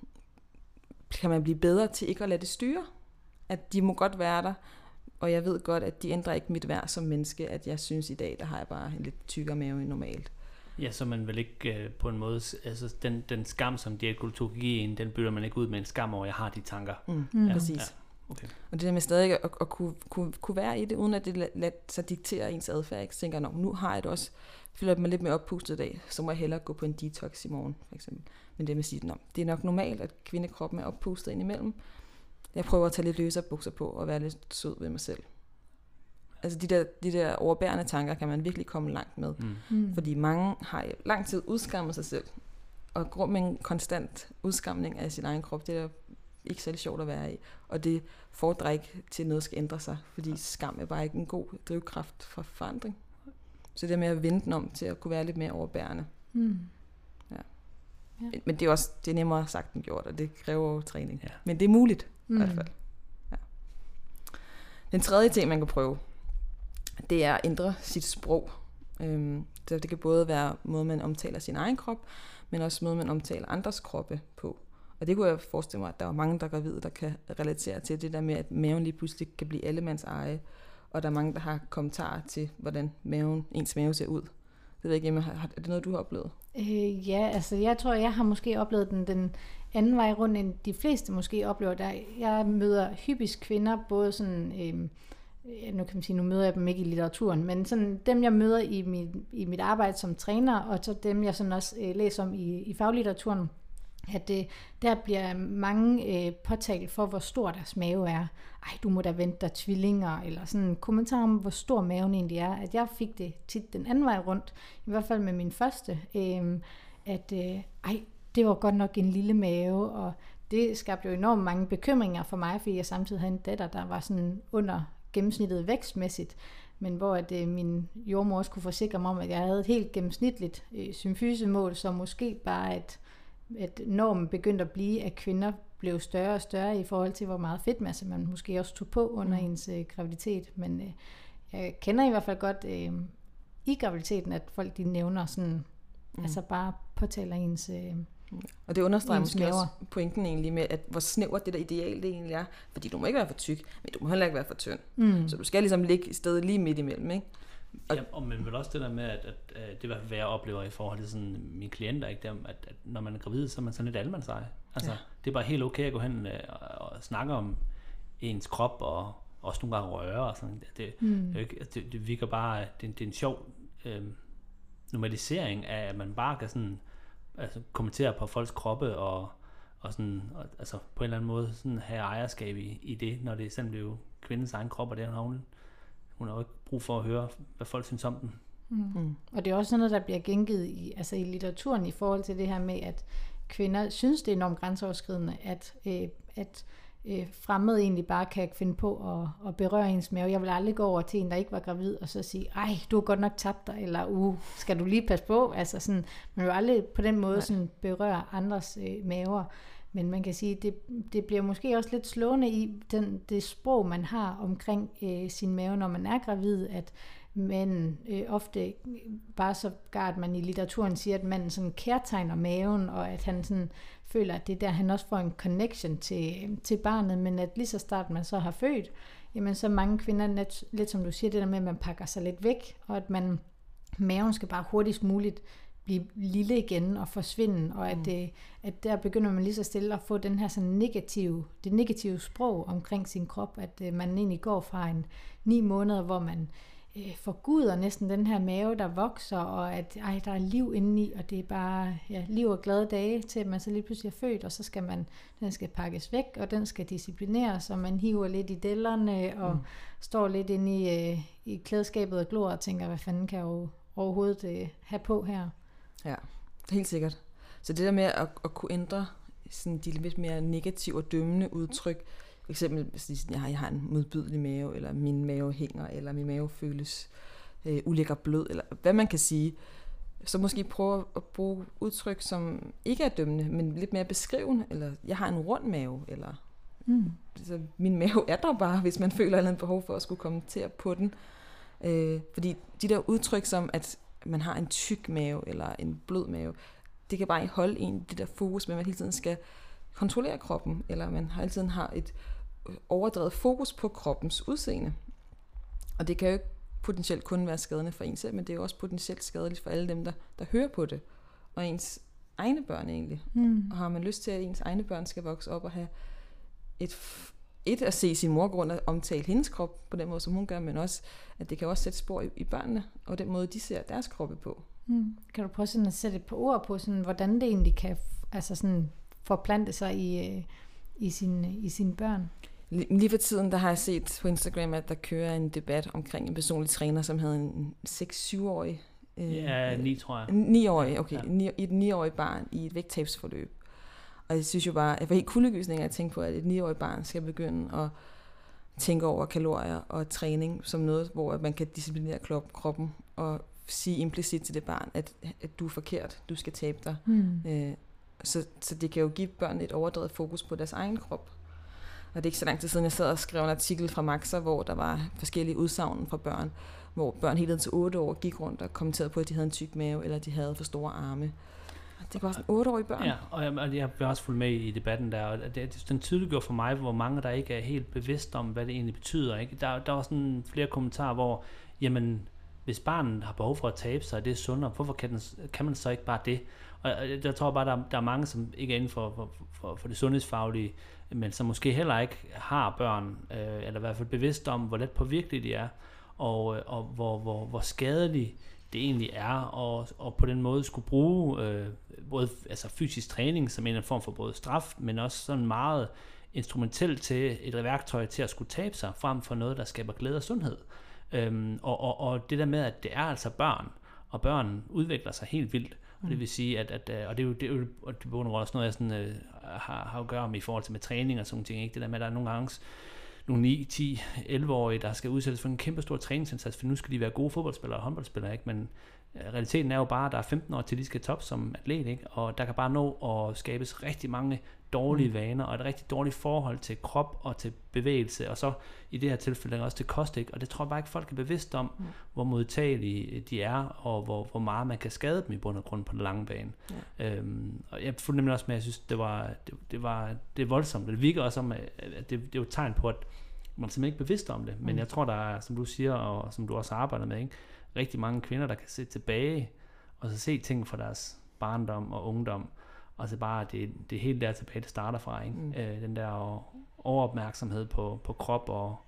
kan man blive bedre til ikke at lade det styre. At de må godt være der, og jeg ved godt, at de ændrer ikke mit værd som menneske, at jeg synes i dag, der har jeg bare en lidt tykkere mave end normalt. Ja, så man vil ikke på en måde, altså den skam, som diætkultur kan give en, den bytter man ikke ud med en skam over, jeg har de tanker. Ja, præcis. Ja. Okay. Og det der med stadig at kunne være i det, uden at det lader sig diktere ens adfærd, ikke? Så tænker jeg, nu har jeg det også, føler mig lidt mere oppustet i dag, så må jeg hellere gå på en detox i morgen, for eksempel. Men det med at sige, det er nok normalt, at kvindekroppen er oppustet indimellem. Jeg prøver at tage lidt løsere bukser på, og være lidt sød ved mig selv. Altså de der overbærende tanker, kan man virkelig komme langt med. Fordi mange har i lang tid udskammet sig selv, og går med en konstant udskamning af sin egen krop, det er ikke særlig sjovt at være i. Og det fordrer ikke til, at noget skal ændre sig, fordi skam er bare ikke en god drivkraft for forandring. Så det med at vende den om til at kunne være lidt mere overbærende. Ja. Men det er nemmere sagt end gjort, og det kræver jo træning. Ja. Men det er muligt i hvert fald. Ja. Den tredje ting, man kan prøve, det er at ændre sit sprog. Så det kan både være måde, man omtaler sin egen krop, men også måde, man omtaler andres kroppe på. Og det kunne jeg forestille mig, at der er mange, der er gravide, der kan relatere til det der med, at maven lige pludselig kan blive allemands eje. Og der er mange, der har kommentarer til, hvordan ens mave ser ud. Det ved jeg ikke, Emma, er det noget, du har oplevet? Ja, altså jeg tror, jeg har måske oplevet den anden vej rundt, end de fleste måske oplever. Jeg møder hyppigst kvinder, både sådan, nu kan man sige, nu møder jeg dem ikke i litteraturen, men sådan dem, jeg møder i mit arbejde som træner, og så dem, jeg sådan også læser om i faglitteraturen, at der bliver mange påtalt for, hvor stor deres mave er. Ej, du må da vente dig tvillinger, eller sådan en kommentar om, hvor stor maven egentlig er. At jeg fik det tit den anden vej rundt, i hvert fald med min første, det var godt nok en lille mave, og det skabte jo enormt mange bekymringer for mig, fordi jeg samtidig havde en datter, der var sådan under gennemsnittet vækstmæssigt, men hvor at min jordmor også kunne forsikre mig om, at jeg havde et helt gennemsnitligt symfysemål, så måske bare at normen begyndte at blive, at kvinder blev større og større i forhold til, hvor meget fedtmasse man måske også tog på under ens graviditet. Men jeg kender i hvert fald godt i graviditeten, at folk de nævner sådan, altså bare påtaler ens og det understreger måske også pointen egentlig med, at hvor snævert det der ideal det egentlig er. Fordi du må ikke være for tyk, men du må heller ikke være for tynd. Så du skal ligesom ligge i stedet lige midt imellem, ikke? Og men vel også det der med, at det er hvad jeg oplever i forhold til sådan mine klienter, ikke? At når man er gravid, så er man sådan lidt almandseje. Altså, det er bare helt okay at gå hen og snakke om ens krop, og også nogle gange røre og sådan. Det virker bare, det er en sjov normalisering af, at man bare kan sådan, altså, kommentere på folks kroppe, og sådan, altså på en eller anden måde sådan have ejerskab i det, når det sådan bliver kvindens egen krop, og det har hun har jo ikke brug for at høre, hvad folk synes om den. Og det er også sådan noget, der bliver gengivet i litteraturen i forhold til det her med, at kvinder synes, det er enormt grænseoverskridende, at fremmede egentlig bare kan finde på at berøre ens mave. Jeg vil aldrig gå over til en, der ikke var gravid, og så sige, ej, du har godt nok tabt dig, eller skal du lige passe på? Altså sådan, man vil aldrig på den måde sådan berøre andres maver. Men man kan sige, det bliver måske også lidt slående i det sprog, man har omkring sin mave, når man er gravid, at men ofte bare så at man i litteraturen siger, at manden sådan kærtegner maven, og at han sådan føler, at det er der, han også får en connection til barnet, men at lige så snart man så har født, jamen så mange kvinder, lidt som du siger, det der med, at man pakker sig lidt væk, og at maven skal bare hurtigst muligt blive lille igen og forsvinde, og at der begynder man lige så stille at få den her sådan det negative sprog omkring sin krop, at man egentlig går fra 9 måneder, hvor man forguder næsten den her mave, der vokser, og at der er liv indeni, og det er bare liv og glade dage, til at man så lige pludselig er født, og så skal den skal pakkes væk, og den skal disciplineres, og man hiver lidt i dellerne, og står lidt inde i klædeskabet og glor, og tænker, hvad fanden kan jeg overhovedet have på her? Ja, helt sikkert. Så det der med at kunne ændre sådan de lidt mere negative og dømmende udtryk, for eksempel hvis jeg har en modbydelig mave, eller min mave hænger, eller min mave føles ulækker blød, eller hvad man kan sige, så måske prøve at bruge udtryk, som ikke er dømmende, men lidt mere beskrivende, eller jeg har en rund mave, eller altså, min mave er der bare, hvis man føler et eller andet behov for at skulle kommentere på den. Fordi de der udtryk som, at man har en tyk mave, eller en blød mave, det kan bare ikke holde det der fokus med, at man hele tiden skal kontrollere kroppen, eller man hele tiden har et overdrevet fokus på kroppens udseende. Og det kan jo ikke potentielt kun være skadende for en selv, men det er jo også potentielt skadeligt for alle dem, der hører på det, og ens egne børn egentlig. Og har man lyst til, at ens egne børn skal vokse op og have at se sin mor gå rundt og omtale hendes krop på den måde, som hun gør, men også, at det kan også sætte spor i børnene, og den måde, de ser deres kroppe på. Kan du prøve sådan at sætte et par ord på, sådan, hvordan det egentlig kan sådan forplante sig i sine børn? Lige for tiden, der har jeg set på Instagram, at der kører en debat omkring en personlig træner, som havde en 6-7-årig... 9 tror jeg. 9-årig, okay. Ja. Et 9-årig barn i et vægttabsforløb. Og jeg synes jo bare, jeg var helt kuldegysning at tænke på, at et 9-årig barn skal begynde at tænke over kalorier og træning som noget, hvor man kan disciplinere kroppen og sige implicit til det barn, at du er forkert, du skal tabe dig. Så det kan jo give børn et overdrevet fokus på deres egen krop. Og det er ikke så lang tid siden, jeg sad og skrev en artikel fra Maxa, hvor der var forskellige udsagn fra børn, hvor børn helt til 8 år gik rundt og kommenterede på, at de havde en tyk mave, eller de havde for store arme. Det var sådan 8-årige børn. Ja, og jeg blev også fulgt med i debatten der, og den tydeliggjorde for mig, hvor mange der ikke er helt bevidst om, hvad det egentlig betyder. Ikke? Der var sådan flere kommentarer, hvor, jamen, hvis barnet har behov for at tabe sig, og det er sundere, hvorfor kan man så ikke bare det? Og jeg tror bare, der er mange, som ikke er inden for det sundhedsfaglige, men som måske heller ikke har børn, eller i hvert fald bevidst om, hvor let påvirkelige de er, og hvor skadelige det egentlig er, og på den måde skulle bruge både altså fysisk træning som en form for både straf, men også sådan meget instrumentelt til et værktøj til at skulle tabe sig, frem for noget, der skaber glæde og sundhed. Og det der med, at det er altså børn, og børn udvikler sig helt vildt, og det vil sige, og det er jo også noget, jeg sådan, har at gøre med i forhold til med træning og sådan ting, ikke? Det der med, at der er nogle gange nogle 9, 10, 11-årige, der skal udsættes for en kæmpe stor træningsindsats, for nu skal de være gode fodboldspillere og håndboldspillere, ikke? Men realiteten er jo bare, at der er 15 år til, de skal top som atlet, ikke? Og der kan bare nå at skabes rigtig mange dårlige vaner, og et rigtig dårligt forhold til krop og til bevægelse, og så i det her tilfælde også til kost, ikke? Og det tror jeg bare ikke, folk er bevidst om, hvor modtagelige de er, og hvor meget man kan skade dem i bund og grund på den lange bane. Ja. Og jeg fulgte nemlig også med, at jeg synes, det er voldsomt. Det virker også om, at det er jo et tegn på, at man simpelthen ikke er bevidst om det. Men jeg tror, der er, som du siger, og som du også arbejder med, ikke? Rigtig mange kvinder, der kan se tilbage, og så se ting fra deres barndom og ungdom, og så bare, det er helt der tilbage, det starter fra, ikke? Den der overopmærksomhed på krop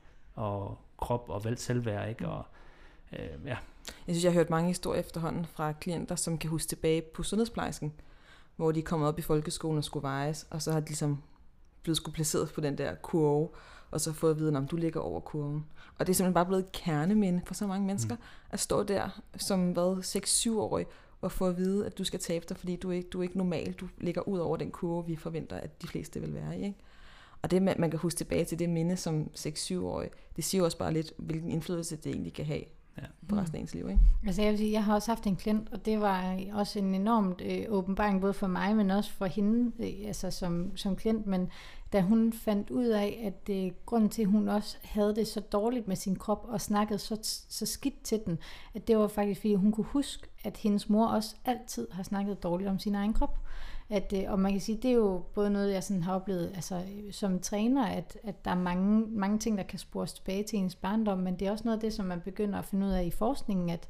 og selvværd, ikke? Og, ja. Jeg synes, jeg har hørt mange historier efterhånden fra klienter, som kan huske tilbage på sundhedsplejersken, hvor de er kommet op i folkeskolen og skulle vejes, og så har de ligesom blevet skulle placeret på den der kurve, og så fået at vide, om du ligger over kurven. Og det er simpelthen bare blevet et kerneminde for så mange mennesker, at stå der som 6-7-årig, og få at vide, at du skal tabe dig, fordi du er ikke normal, du ligger ud over den kurve, vi forventer, at de fleste vil være i, ikke? Og det, man kan huske tilbage til det minde som 6-7-årig, det siger også bare lidt, hvilken indflydelse det egentlig kan have på resten af ens liv, ikke? Altså jeg vil sige, jeg har også haft en klient, og det var også en enormt åbenbaring, både for mig, men også for hende, altså som klient, men da hun fandt ud af, at grunden til, at hun også havde det så dårligt med sin krop, og snakkede så skidt til den, at det var faktisk, fordi hun kunne huske, at hendes mor også altid har snakket dårligt om sin egen krop. Og man kan sige, det er jo både noget, jeg sådan har oplevet altså, som træner, at der er mange ting, der kan spores tilbage til ens barndom, men det er også noget af det, som man begynder at finde ud af i forskningen, at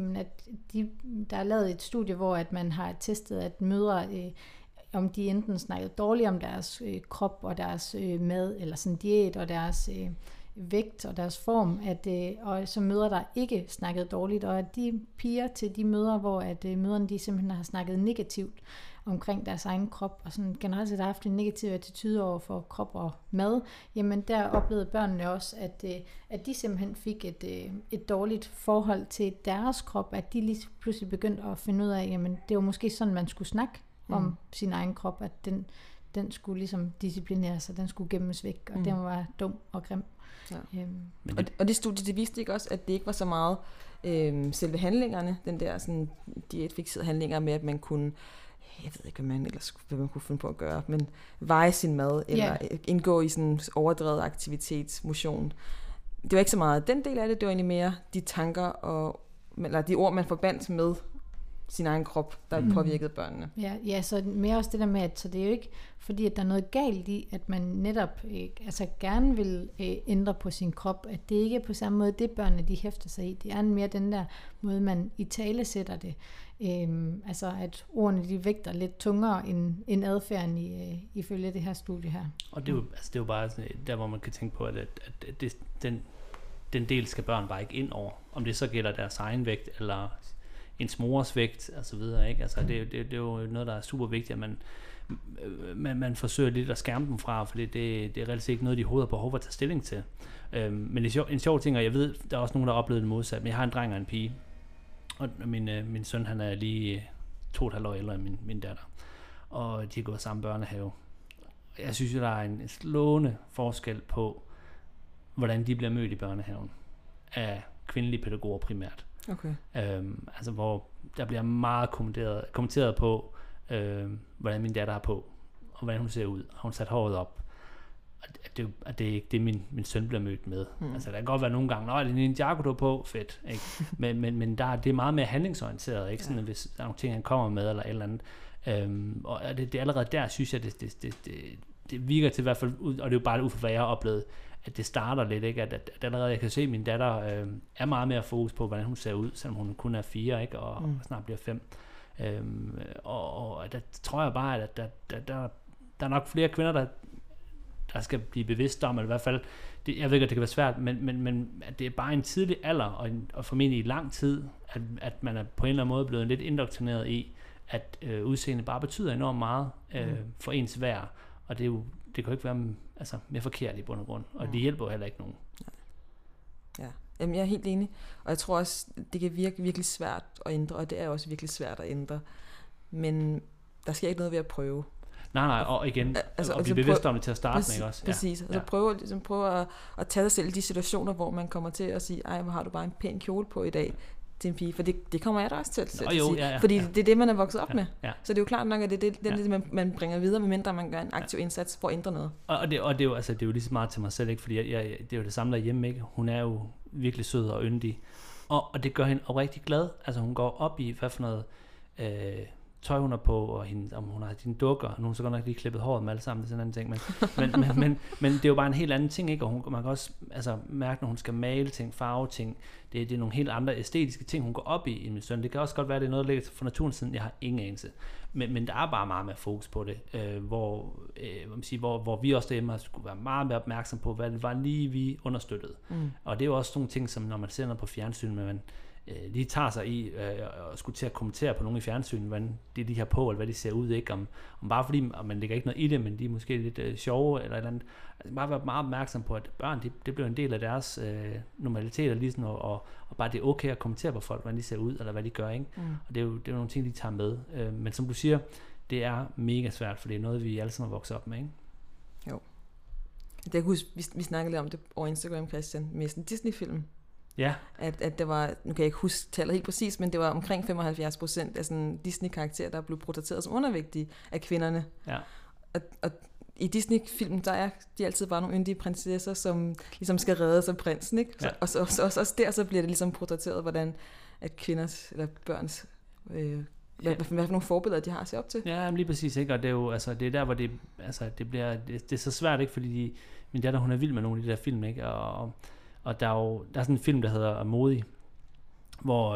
der er lavet et studie, hvor at man har testet, at mødre, om de enten snakkede dårligt om deres krop og deres mad, eller sådan diæt og deres vægt og deres form, og så mødre, der ikke snakkede dårligt, og at de piger til de mødre, hvor at mødrene de simpelthen har snakket negativt omkring deres egen krop, og sådan generelt set har haft en negativ attitude over for krop og mad, jamen der oplevede børnene også, at de simpelthen fik et dårligt forhold til deres krop, at de lige pludselig begyndte at finde ud af, jamen det var måske sådan, man skulle snakke om sin egen krop, at den skulle ligesom disciplineres, og den skulle gemmes væk, og den var dum og grim. Ja. Og det studie, det viste ikke også, at det ikke var så meget selve handlingerne, den der sådan diætfikserede handlinger med, at man kunne, jeg ved ikke, hvad man kunne finde på at gøre, men veje sin mad, eller indgå i sådan overdrevet aktivitet, motion. Det var ikke så meget den del af det, det var egentlig mere de tanker, eller de ord, man forbandt med sin egen krop, der påvirkede børnene. Ja, så mere også det der med, at så det er jo ikke fordi, at der er noget galt i, at man netop gerne vil ændre på sin krop, at det ikke er på samme måde, det børnene de hæfter sig i. Det er mere den der måde, man i tale sætter det. Altså at ordene de vægter lidt tungere end adfærden ifølge det her studie her. Og det er jo bare sådan, der, hvor man kan tænke på, at den del skal børn bare ikke ind over. Om det så gælder deres egen vægt, eller ens mors vægt, og så videre, ikke? Altså, det er jo noget, der er super vigtigt, at man forsøger lidt at skærme dem fra, for det er reelt ikke noget, de overhovedet har behov for at tage stilling til. Men en sjov ting, og jeg ved, der er også nogen, der har oplevet det modsat, men jeg har en dreng og en pige, og min søn, han er lige 2,5 år ældre end min datter, og de har gået samme børnehave. Jeg synes jo, der er en slående forskel på, hvordan de bliver mødt i børnehaven af kvindelige pædagoger primært. Okay. Altså hvor der bliver meget kommenteret på hvordan min datter har på, og hvordan hun ser ud. Har hun sat håret op? Og det er ikke det min søn bliver mødt med. Altså der kan godt være nogle gange, det er en Ninjago, du har på, fedt, ikke? men det er meget mere handlingsorienteret, ikke? Sådan, hvis der er nogle ting han kommer med eller et eller andet. Og det er allerede der, synes jeg, det virker til i hvert fald, og det er jo bare ud fra hvad jeg har oplevet, at det starter lidt, ikke? At allerede jeg kan se, at min datter er meget mere fokus på, hvordan hun ser ud, selvom hun kun er 4, ikke? Og snart bliver 5. Og der tror jeg bare, at der er nok flere kvinder, der skal blive bevidste om, eller i hvert fald, jeg ved ikke, at det kan være svært, men at det er bare en tidlig alder, og formentlig i lang tid, at man er på en eller anden måde blevet lidt indoktrineret i, at udseende bare betyder enormt meget for ens værd, og det kan jo ikke være mere forkert i bund og grund, og det hjælper jo heller ikke nogen. Ja. Jamen, jeg er helt enig, og jeg tror også, det kan virke virkelig svært at ændre, og det er også virkelig svært at ændre, men der sker ikke noget ved at prøve. Nej, og igen, og blive bevidst om det til at starte med, ikke også? Præcis, og så prøve at tage dig selv i de situationer, hvor man kommer til at sige, hvor har du bare en pæn kjole på i dag til en pige, for det kommer jeg da også til at sige, fordi det er det, man er vokset op med. Ja. Så det er jo klart nok, at det er det, man bringer videre, medmindre man gør en aktiv indsats for at ændre noget. Og det er jo det er jo lige så meget til mig selv, ikke? Fordi det er jo det samme derhjemme, ikke? Hun er jo virkelig sød og yndig, og det gør hende rigtig glad. Altså hun går op i, hvad for noget tøj hun er på, og om hun har dine dukker, og nu har så godt nok lige klippet håret med alle sammen, det er sådan en anden ting, men det er jo bare en helt anden ting, ikke? Og man kan også mærke, når hun skal male ting, farve ting, det er nogle helt andre æstetiske ting, hun går op i min søn. Det kan også godt være, det er noget, der ligger for naturen siden, jeg har ingen anelse. Men der er bare meget mere fokus på det, hvor vi også derhjemme skulle være meget mere opmærksom på, hvad det var lige, vi understøttede. Og det er jo også nogle ting, som når man ser noget på fjernsyn, men man lige tager sig i og skulle til at kommentere på nogle i fjernsynet, hvordan de har på, eller hvad de ser ud, ikke? Om bare fordi, og man lægger ikke noget i det, men de er måske lidt sjove, eller et eller andet. Altså bare være meget opmærksom på, at børn, det bliver en del af deres normaliteter, ligesom, og bare det er okay at kommentere på folk, hvordan de ser ud, eller hvad de gør, ikke? Og det er jo nogle ting, de tager med. Men som du siger, det er mega svært, for det er noget, vi alle sammen har vokset op med, ikke? Jo. Jeg kan huske, vi snakkede lidt om det over Instagram, Christian, med sådan en Disney-film. Ja. At det var, nu kan jeg ikke huske tallet helt præcis, men det var omkring 75% af sådan Disney-karakterer, der blev portrætteret som undervægtige af kvinderne. Ja. Og i Disney-filmen, der er de altid bare nogle yndige prinsesser, som ligesom skal reddes af prinsen, ikke? Ja. Og også der, så bliver det ligesom portrætteret, hvordan at kvinders eller børns, hvad for nogle forbilleder de har at se op til. Ja, lige præcis, ikke? Og det er jo, altså, det er der, hvor det er så svært, ikke? Fordi min datter, hun er vild med nogle af de der film, ikke? Og der er sådan en film, der hedder Modig, hvor,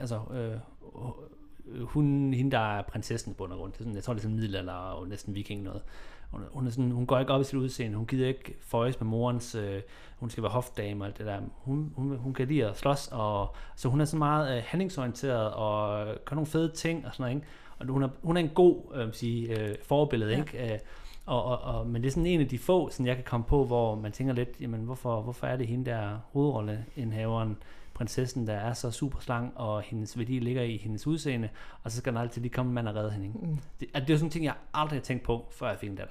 hende, der er prinsessen i bund og grund, det er sådan, jeg tror, det er sådan middelalder og næsten viking noget. Hun er sådan, hun går ikke op i sit udseende, hun gider ikke føjes med morens, hun skal være hofdame og alt det der. Hun kan lide at slås, og så hun er så meget handlingsorienteret og gør nogle fede ting og sådan noget, ikke? Og hun er en god forbillede, ja. Ikke? Men det er sådan en af de få, sådan jeg kan komme på, hvor man tænker lidt, jamen hvorfor er det hende der hovedrolleindhaveren, prinsessen, der er så super slank, og hendes værdi ligger i hendes udseende, og så skal der altid lige komme en mand og redde hende. Det er jo sådan en ting, jeg aldrig har tænkt på, før jeg fik en datter.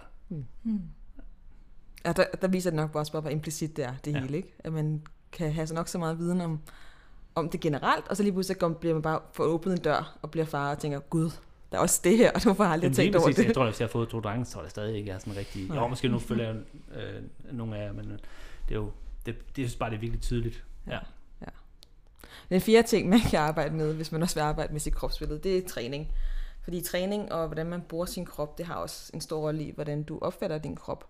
Ja, der viser det nok også bare, hvor implicit det er, det hele, ikke? At man kan have så nok så meget viden om det generelt, og så lige pludselig bliver man bare for åbnet en dør, og bliver far og tænker, gud, der er også det her, og du får aldrig tænkt over det. Jeg tror, hvis jeg har fået 2 drenge, så tror jeg stadig ikke, jeg er sådan rigtig... Jo, måske nu følger jeg nogle af jer, men det er jo... Det synes bare, det er virkelig tydeligt. Ja. Den 4. ting, man kan arbejde med, hvis man også vil arbejde med sit kropsbillede, det er træning. Fordi træning og hvordan man bruger sin krop, det har også en stor rolle i, hvordan du opfatter din krop.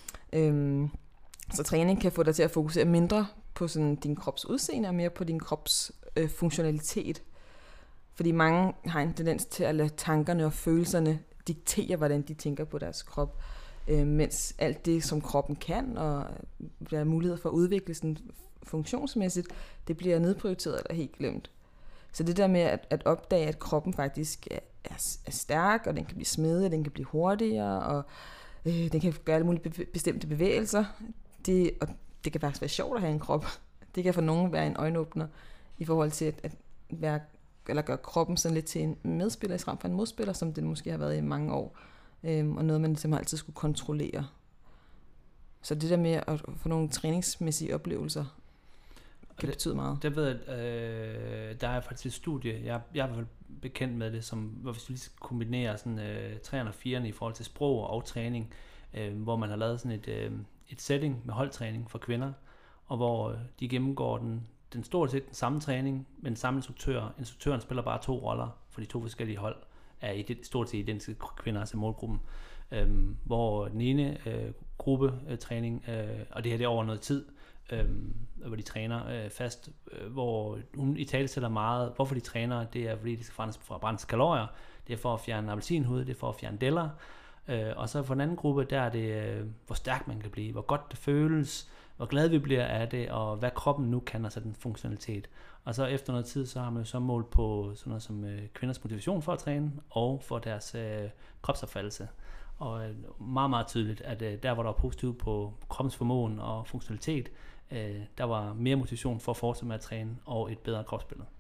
Så træning kan få dig til at fokusere mindre på sådan din krops udseende, og mere på din krops funktionalitet. Fordi mange har en tendens til at lade tankerne og følelserne diktere, hvordan de tænker på deres krop. Mens alt det, som kroppen kan, og der er mulighed for at udvikle sådan funktionsmæssigt, det bliver nedprioriteret eller helt glemt. Så det der med at opdage, at kroppen faktisk er stærk, og den kan blive smidig, og den kan blive hurtigere, og den kan gøre alle mulige bestemte bevægelser. Og det kan faktisk være sjovt at have en krop. Det kan for nogen være en øjenåbner i forhold til at gøre kroppen sådan lidt til en medspiller i frem for en modspiller, som den måske har været i mange år. Og noget, man ligesom altid skulle kontrollere. Så det der med at få nogle træningsmæssige oplevelser, kan betyde meget. Det ved jeg, der er faktisk et studie, jeg er i hvert fald bekendt med det, hvor hvis du lige kombinerer sådan 3'erne og 4'erne i forhold til sprog og træning, hvor man har lavet sådan et setting med holdtræning for kvinder, og hvor de gennemgår den stort set den samme træning, men samme instruktør. Instruktøren spiller bare 2 roller for de 2 forskellige hold, er stort set identiske kvinder, altså målgruppen. Hvor den ene gruppetræning, og det her det er over noget tid, hvor de træner fast, hvor hun i tale sætter meget, hvorfor de træner, det er fordi de skal brænde kalorier, det er for at fjerne appelsinhud, det er for at fjerne deller, og så for den anden gruppe, der er det, hvor stærk man kan blive, hvor godt det føles, hvor glad vi bliver af det, og hvad kroppen nu kan, altså den funktionalitet. Og så efter noget tid, så har man jo så målt på sådan noget som kvinders motivation for at træne, og for deres kropsopfattelse. Og meget, meget tydeligt, at der, hvor der var positivt på kroppens formåen og funktionalitet, der var mere motivation for at fortsætte med at træne, og et bedre kropsbillede.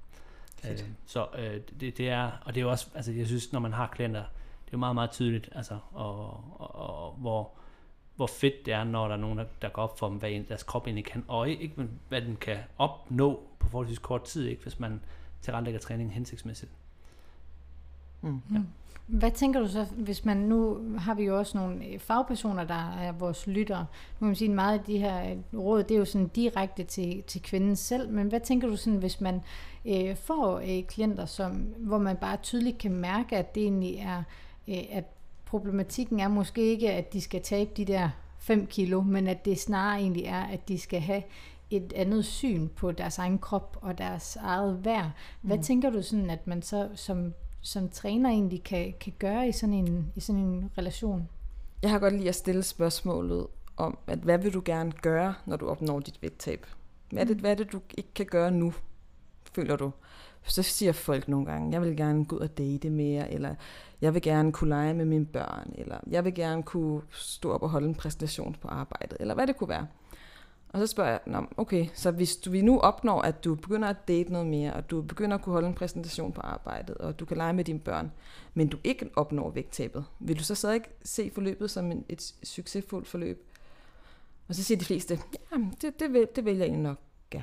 Det er, og det er jo også, altså jeg synes, når man har klienter, det er jo meget, meget tydeligt, altså, og hvor fedt det er, når der er nogen, der går op for dem, hvad deres krop egentlig kan, og ikke hvad den kan opnå på forholdsvis kort tid, ikke, hvis man tilrettelægger træningen hensigtsmæssigt. Ja. Hvad tænker du så, hvis man nu har vi jo også nogle fagpersoner, der er vores lyttere. Nu kan man sige, meget af de her råd, det er jo sådan direkte til kvinden selv, men hvad tænker du sådan, hvis man får klienter, hvor man bare tydeligt kan mærke, at det egentlig er, at problematikken er måske ikke, at de skal tabe de der 5 kilo, men at det snarere egentlig er, at de skal have et andet syn på deres egen krop og deres eget værd. Hvad tænker du sådan, at man så som træner egentlig kan gøre i sådan en relation? Jeg har godt lide at stille spørgsmålet om, at hvad vil du gerne gøre, når du opnår dit vægttab? Hvad er det, du ikke kan gøre nu, føler du? Så siger folk nogle gange, jeg vil gerne gå ud og date mere, eller jeg vil gerne kunne lege med mine børn, eller jeg vil gerne kunne stå op og holde en præsentation på arbejdet, eller hvad det kunne være. Og så spørger jeg, okay, så hvis vi nu opnår, at du begynder at date noget mere, og du begynder at kunne holde en præsentation på arbejdet, og du kan lege med dine børn, men du ikke opnår vægttabet, vil du så stadig se forløbet som et succesfuldt forløb? Og så siger de fleste, ja, det vil jeg egentlig nok gerne.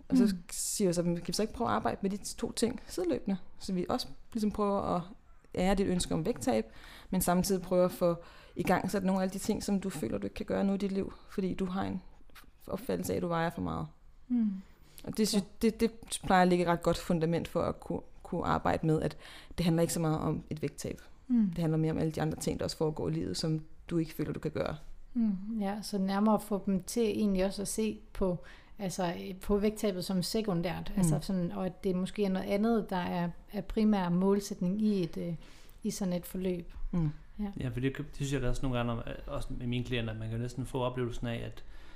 Og så siger jeg så, kan vi så ikke prøve at arbejde med de 2 ting sideløbende? Så vi også ligesom prøver at ære dit ønske om vægttab, men samtidig prøver at få i gang sat nogle af de ting, som du føler, du ikke kan gøre nu i dit liv, fordi du har en opfattelse af, at du vejer for meget. Og det plejer at ligge et ret godt fundament for at kunne arbejde med, at det handler ikke så meget om et vægttab. Det handler mere om alle de andre ting, der også foregår i livet, som du ikke føler, du kan gøre. Ja, så nærmere at få dem til egentlig også at se på vægttabet som sekundært, altså sådan, og at det måske er noget andet, der er primær målsætning i sådan et forløb. Ja, for det synes jeg også nogle gange, også med mine klienter, at man kan næsten få oplevelsen af,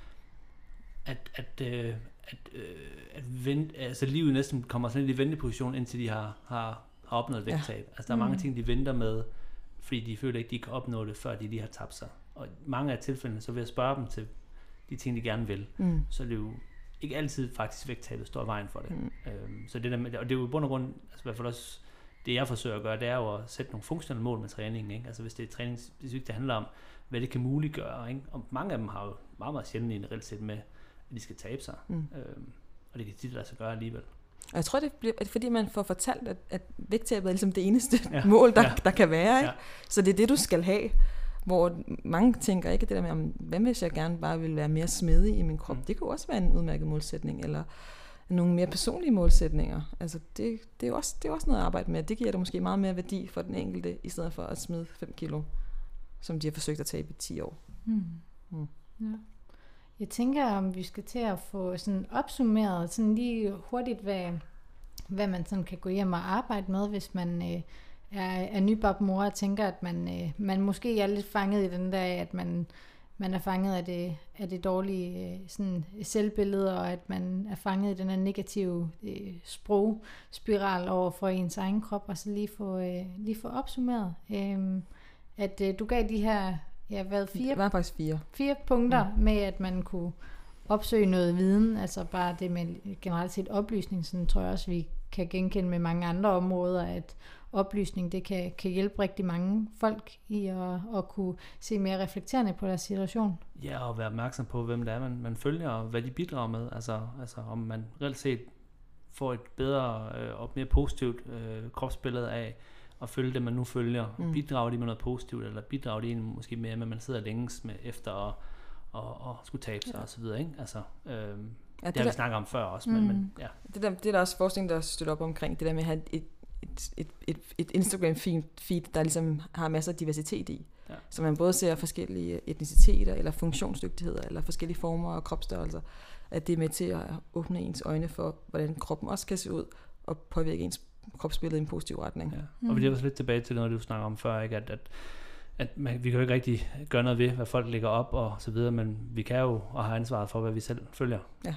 at livet næsten kommer sådan lidt i venteposition, indtil de har opnået vægttab. Altså der er mange ting, de venter med, fordi de føler ikke, de kan opnå det, før de lige har tabt sig. Og mange af tilfældene, så vil jeg spørge dem til de ting, de gerne vil. Så er det jo ikke altid faktisk vægttabet står i vejen for det. Så det der med, og det er jo i bund og grund, altså i hvert fald også det jeg forsøger at gøre, det er jo at sætte nogle funktionelle mål med træningen, ikke? Altså hvis det er træning, det handler om, hvad det kan muliggøre, ikke? Og mange af dem har jo meget, meget sjældent en reelt set med, at de skal tabe sig. Og det kan tit lade sig gøre alligevel. Og jeg tror, det bliver, fordi man får fortalt, at vægttabet er ligesom det eneste mål, der kan være. Ikke? Så det er det, du skal have. Hvor mange tænker ikke det der med, hvad hvis jeg gerne bare vil være mere smidig i min krop? Det kunne også være en udmærket målsætning, eller nogle mere personlige målsætninger. Altså det er også noget at arbejde med. Det giver dig måske meget mere værdi for den enkelte, i stedet for at smide 5 kilo, som de har forsøgt at tabe i 10 år. Ja. Jeg tænker, om vi skal til at få sådan opsummeret sådan lige hurtigt, hvad man sådan kan gå hjem og arbejde med, hvis man er nybabmor og tænker, at man måske er lidt fanget i den der, at man er fanget af det dårlige sådan selvbillede, og at man er fanget i den her negative sprogspiral over for ens egen krop, og så lige få opsummeret, at du gav de her, det var faktisk 4 punkter med, at man kunne opsøge noget viden, altså bare det med generelt set oplysning, sådan tror jeg også, vi kan genkende med mange andre områder, at oplysning, det kan hjælpe rigtig mange folk i at kunne se mere reflekterende på deres situation. Ja, og være opmærksom på, hvem det er, man følger, og hvad de bidrager med. Altså om man reelt set får et bedre og mere positivt kropsbillede af at følge det, man nu følger. Bidrager de med noget positivt, eller bidrager de måske mere med, at man sidder længes med efter og skulle tabe sig og så videre, ikke? Altså, det har vi snakket om før også, men ja. Det er der også forskning, der støtter op omkring, det der med at have et Instagram-feed, der ligesom har masser af diversitet i. Ja. Så man både ser forskellige etniciteter, eller funktionsdygtigheder, eller forskellige former og kropsstørrelser, at det er med til at åbne ens øjne for, hvordan kroppen også kan se ud, og påvirke ens kropsbillede i en positiv retning. Ja. Og vi er også lidt tilbage til noget, du snakker om før, ikke? At vi kan jo ikke rigtig gøre noget ved, hvad folk lægger op og så videre, men vi kan jo og har ansvaret for, hvad vi selv følger. Ja.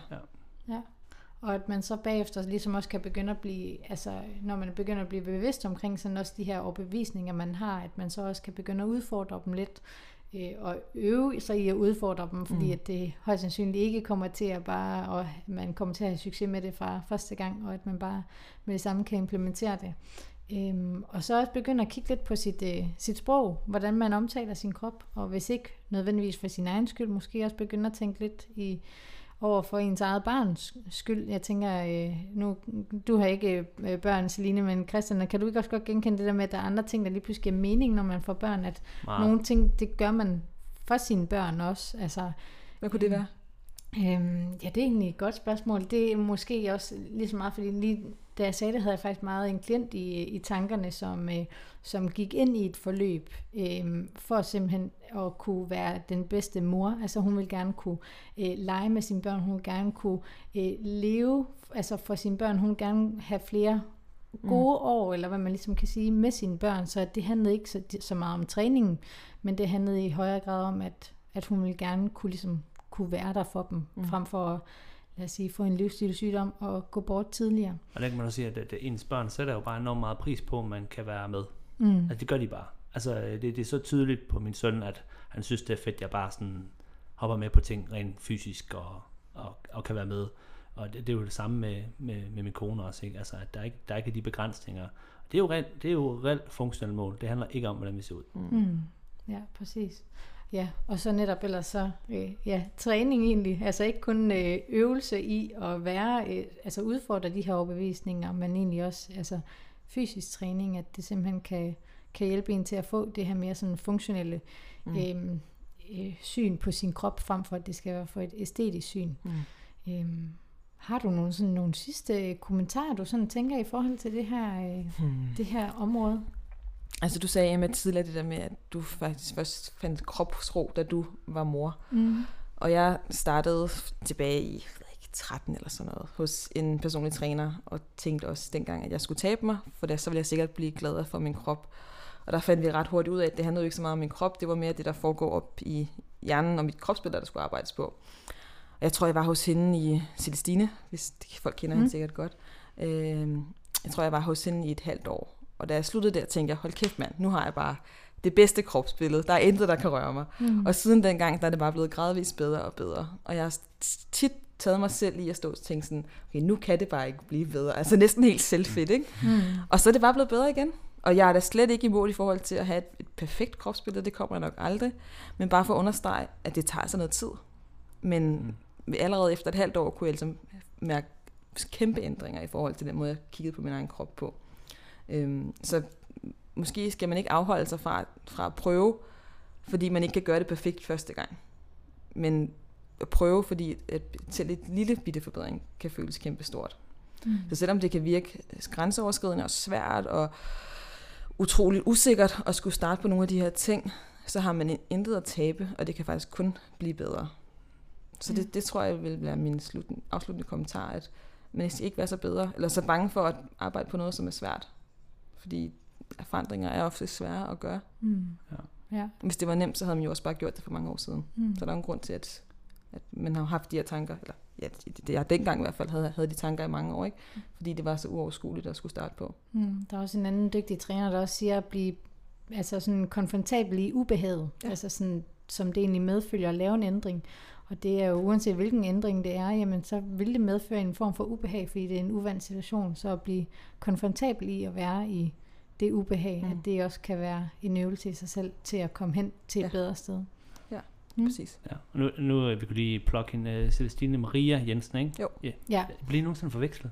Og at man så bagefter ligesom også kan begynde at blive, altså når man begynder at blive bevidst omkring sådan også de her overbevisninger, man har, at man så også kan begynde at udfordre dem lidt, og øve sig i at udfordre dem, fordi at det højst sandsynligt ikke kommer til at bare, og man kommer til at have succes med det fra første gang, og at man bare med det samme kan implementere det. Og så også begynde at kigge lidt på sit sprog, hvordan man omtaler sin krop, og hvis ikke nødvendigvis for sin egen skyld, måske også begynde at tænke lidt over for ens eget barns skyld. Jeg tænker, nu, du har ikke børn, Celine, men Christian, kan du ikke også godt genkende det der med, at der er andre ting, der lige pludselig giver mening, når man får børn, at nogle ting, det gør man for sine børn også. Altså, hvad kunne det være? Ja, det er egentlig et godt spørgsmål. Det er måske også lige så meget, fordi lige da jeg sagde det, havde jeg faktisk meget en klient i tankerne, som gik ind i et forløb for simpelthen at kunne være den bedste mor. Altså hun ville gerne kunne lege med sine børn, hun ville gerne kunne leve altså for sine børn, hun ville gerne have flere gode år, eller hvad man ligesom kan sige, med sine børn. Så det handlede ikke så meget om træningen, men det handlede i højere grad om, at hun ville gerne kunne være der for dem, frem for at lad os sige, få en livsstilssygdom og gå bort tidligere. Og der kan man også sige, at ens børn sætter jo bare enormt meget pris på, at man kan være med. Altså det gør de bare. Altså det er så tydeligt på min søn, at han synes, det er fedt, at jeg bare sådan hopper med på ting rent fysisk og kan være med. Og det er jo det samme med min kone også, ikke? Altså at der ikke er de begrænsninger. Det er jo reelt funktionelle mål. Det handler ikke om, hvordan vi ser ud. Ja, præcis. Ja, og så netop ellers så, træning egentlig, altså ikke kun øvelse i at være, altså udfordre de her overbevisninger, men egentlig også altså fysisk træning, at det simpelthen kan hjælpe en til at få det her mere sådan funktionelle syn på sin krop, frem for at det skal være for et æstetisk syn. Har du nogle sidste kommentarer, du sådan tænker i forhold til det her område? Altså du sagde, Emma, tidligere det der med, at du faktisk først fandt kropsro, da du var mor. Og jeg startede tilbage i 13 eller sådan noget, hos en personlig træner, og tænkte også dengang, at jeg skulle tabe mig, for så ville jeg sikkert blive gladere for min krop. Og der fandt vi ret hurtigt ud af, at det handlede ikke så meget om min krop, det var mere det, der foregår op i hjernen og mit kropsbillede, der skulle arbejdes på. Og jeg tror, jeg var hos hende i Celestine, hvis folk kender hende sikkert godt. Jeg tror, jeg var hos hende i et halvt år. Og da jeg sluttede der, tænkte jeg, hold kæft mand, nu har jeg bare det bedste kropsbillede. Der er intet, der kan røre mig. Og siden dengang, der er det bare blevet gradvist bedre og bedre. Og jeg har tit taget mig selv i at stå og tænke sådan, okay, nu kan det bare ikke blive bedre. Altså næsten helt selvfedt, ikke? Og så er det bare blevet bedre igen. Og jeg er da slet ikke imod i forhold til at have et perfekt kropsbillede, det kommer jeg nok aldrig. Men bare for at understrege, at det tager sig noget tid. Men allerede efter et halvt år kunne jeg altså mærke kæmpe ændringer i forhold til den måde, jeg kiggede på min egen krop på. Så måske skal man ikke afholde sig fra at prøve, fordi man ikke kan gøre det perfekt første gang. Men at prøve, fordi selv et lille bitte forbedring kan føles kæmpestort. Så selvom det kan virke grænseoverskridende og svært og utroligt usikkert at skulle starte på nogle af de her ting, så har man intet at tabe, og det kan faktisk kun blive bedre. Så det tror jeg vil være min afsluttende kommentar, at man skal ikke være så bedre, eller så bange for at arbejde på noget, som er svært. Fordi forandringer er ofte svære at gøre. Ja. Hvis det var nemt, så havde man jo også bare gjort det for mange år siden. Så der er en grund til, at man har haft de her tanker, eller jeg dengang i hvert fald havde de tanker i mange år, ikke? Fordi det var så uoverskueligt at skulle starte på. Der er også en anden dygtig træner, der også siger at blive altså sådan konfrontabel i ubehaget, altså sådan, som det egentlig medfølger at lave en ændring. Og det er jo uanset hvilken ændring det er, jamen så vil det medføre en form for ubehag, fordi det er en uvant situation. Så at blive konfrontabel i at være i det ubehag, at det også kan være en øvelse i sig selv til at komme hen til et bedre sted. Ja, præcis. Ja. Og nu vi kunne lige plukke hende Celestine Maria Jensen, ikke? Jo. Ja. Bliver I nogensinde forvekslet?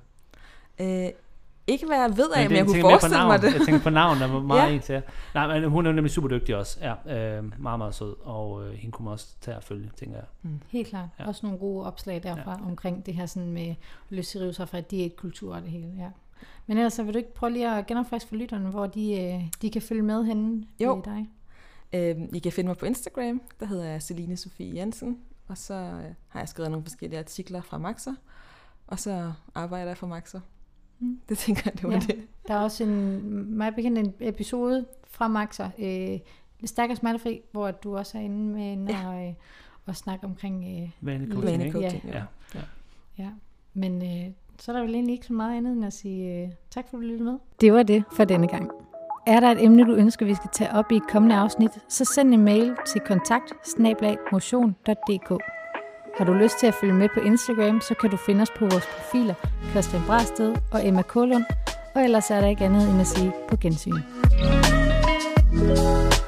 Ikke hvad jeg ved af, men jeg kunne forestille mig det. Jeg tænker på navn, der var meget en til jer. Nej, men hun er nemlig super dygtig også. Ja, meget, meget sød. Og hende kunne man også tage at følge, tænker jeg. Helt klart. Ja. Også nogle gode opslag derfra omkring det her sådan med løsrive sig fra diætkultur og det hele. Ja. Men ellers så vil du ikke prøve lige at genopfriske for lytterne, hvor de kan følge med henne i dig? I kan finde mig på Instagram. Der hedder jeg Celine Sofie Jensen. Og så har jeg skrevet nogle forskellige artikler fra Maxer. Og så arbejder jeg for Maxer. Det tænker jeg, det var det. Der er også en episode fra Maxer, Stærk og Smertefri, hvor du også er inde med og snakke omkring vanecoaching. Ja. Men så er der vel egentlig ikke så meget andet end at sige tak for at du lyttede med. Det var det for denne gang. Er der et emne, du ønsker, vi skal tage op i et kommende afsnit, så send en mail til kontakt@motion.dk. Har du lyst til at følge med på Instagram, så kan du finde os på vores profiler Christian Brasted og Emma Kålund, og ellers er der ikke andet end at sige på gensyn.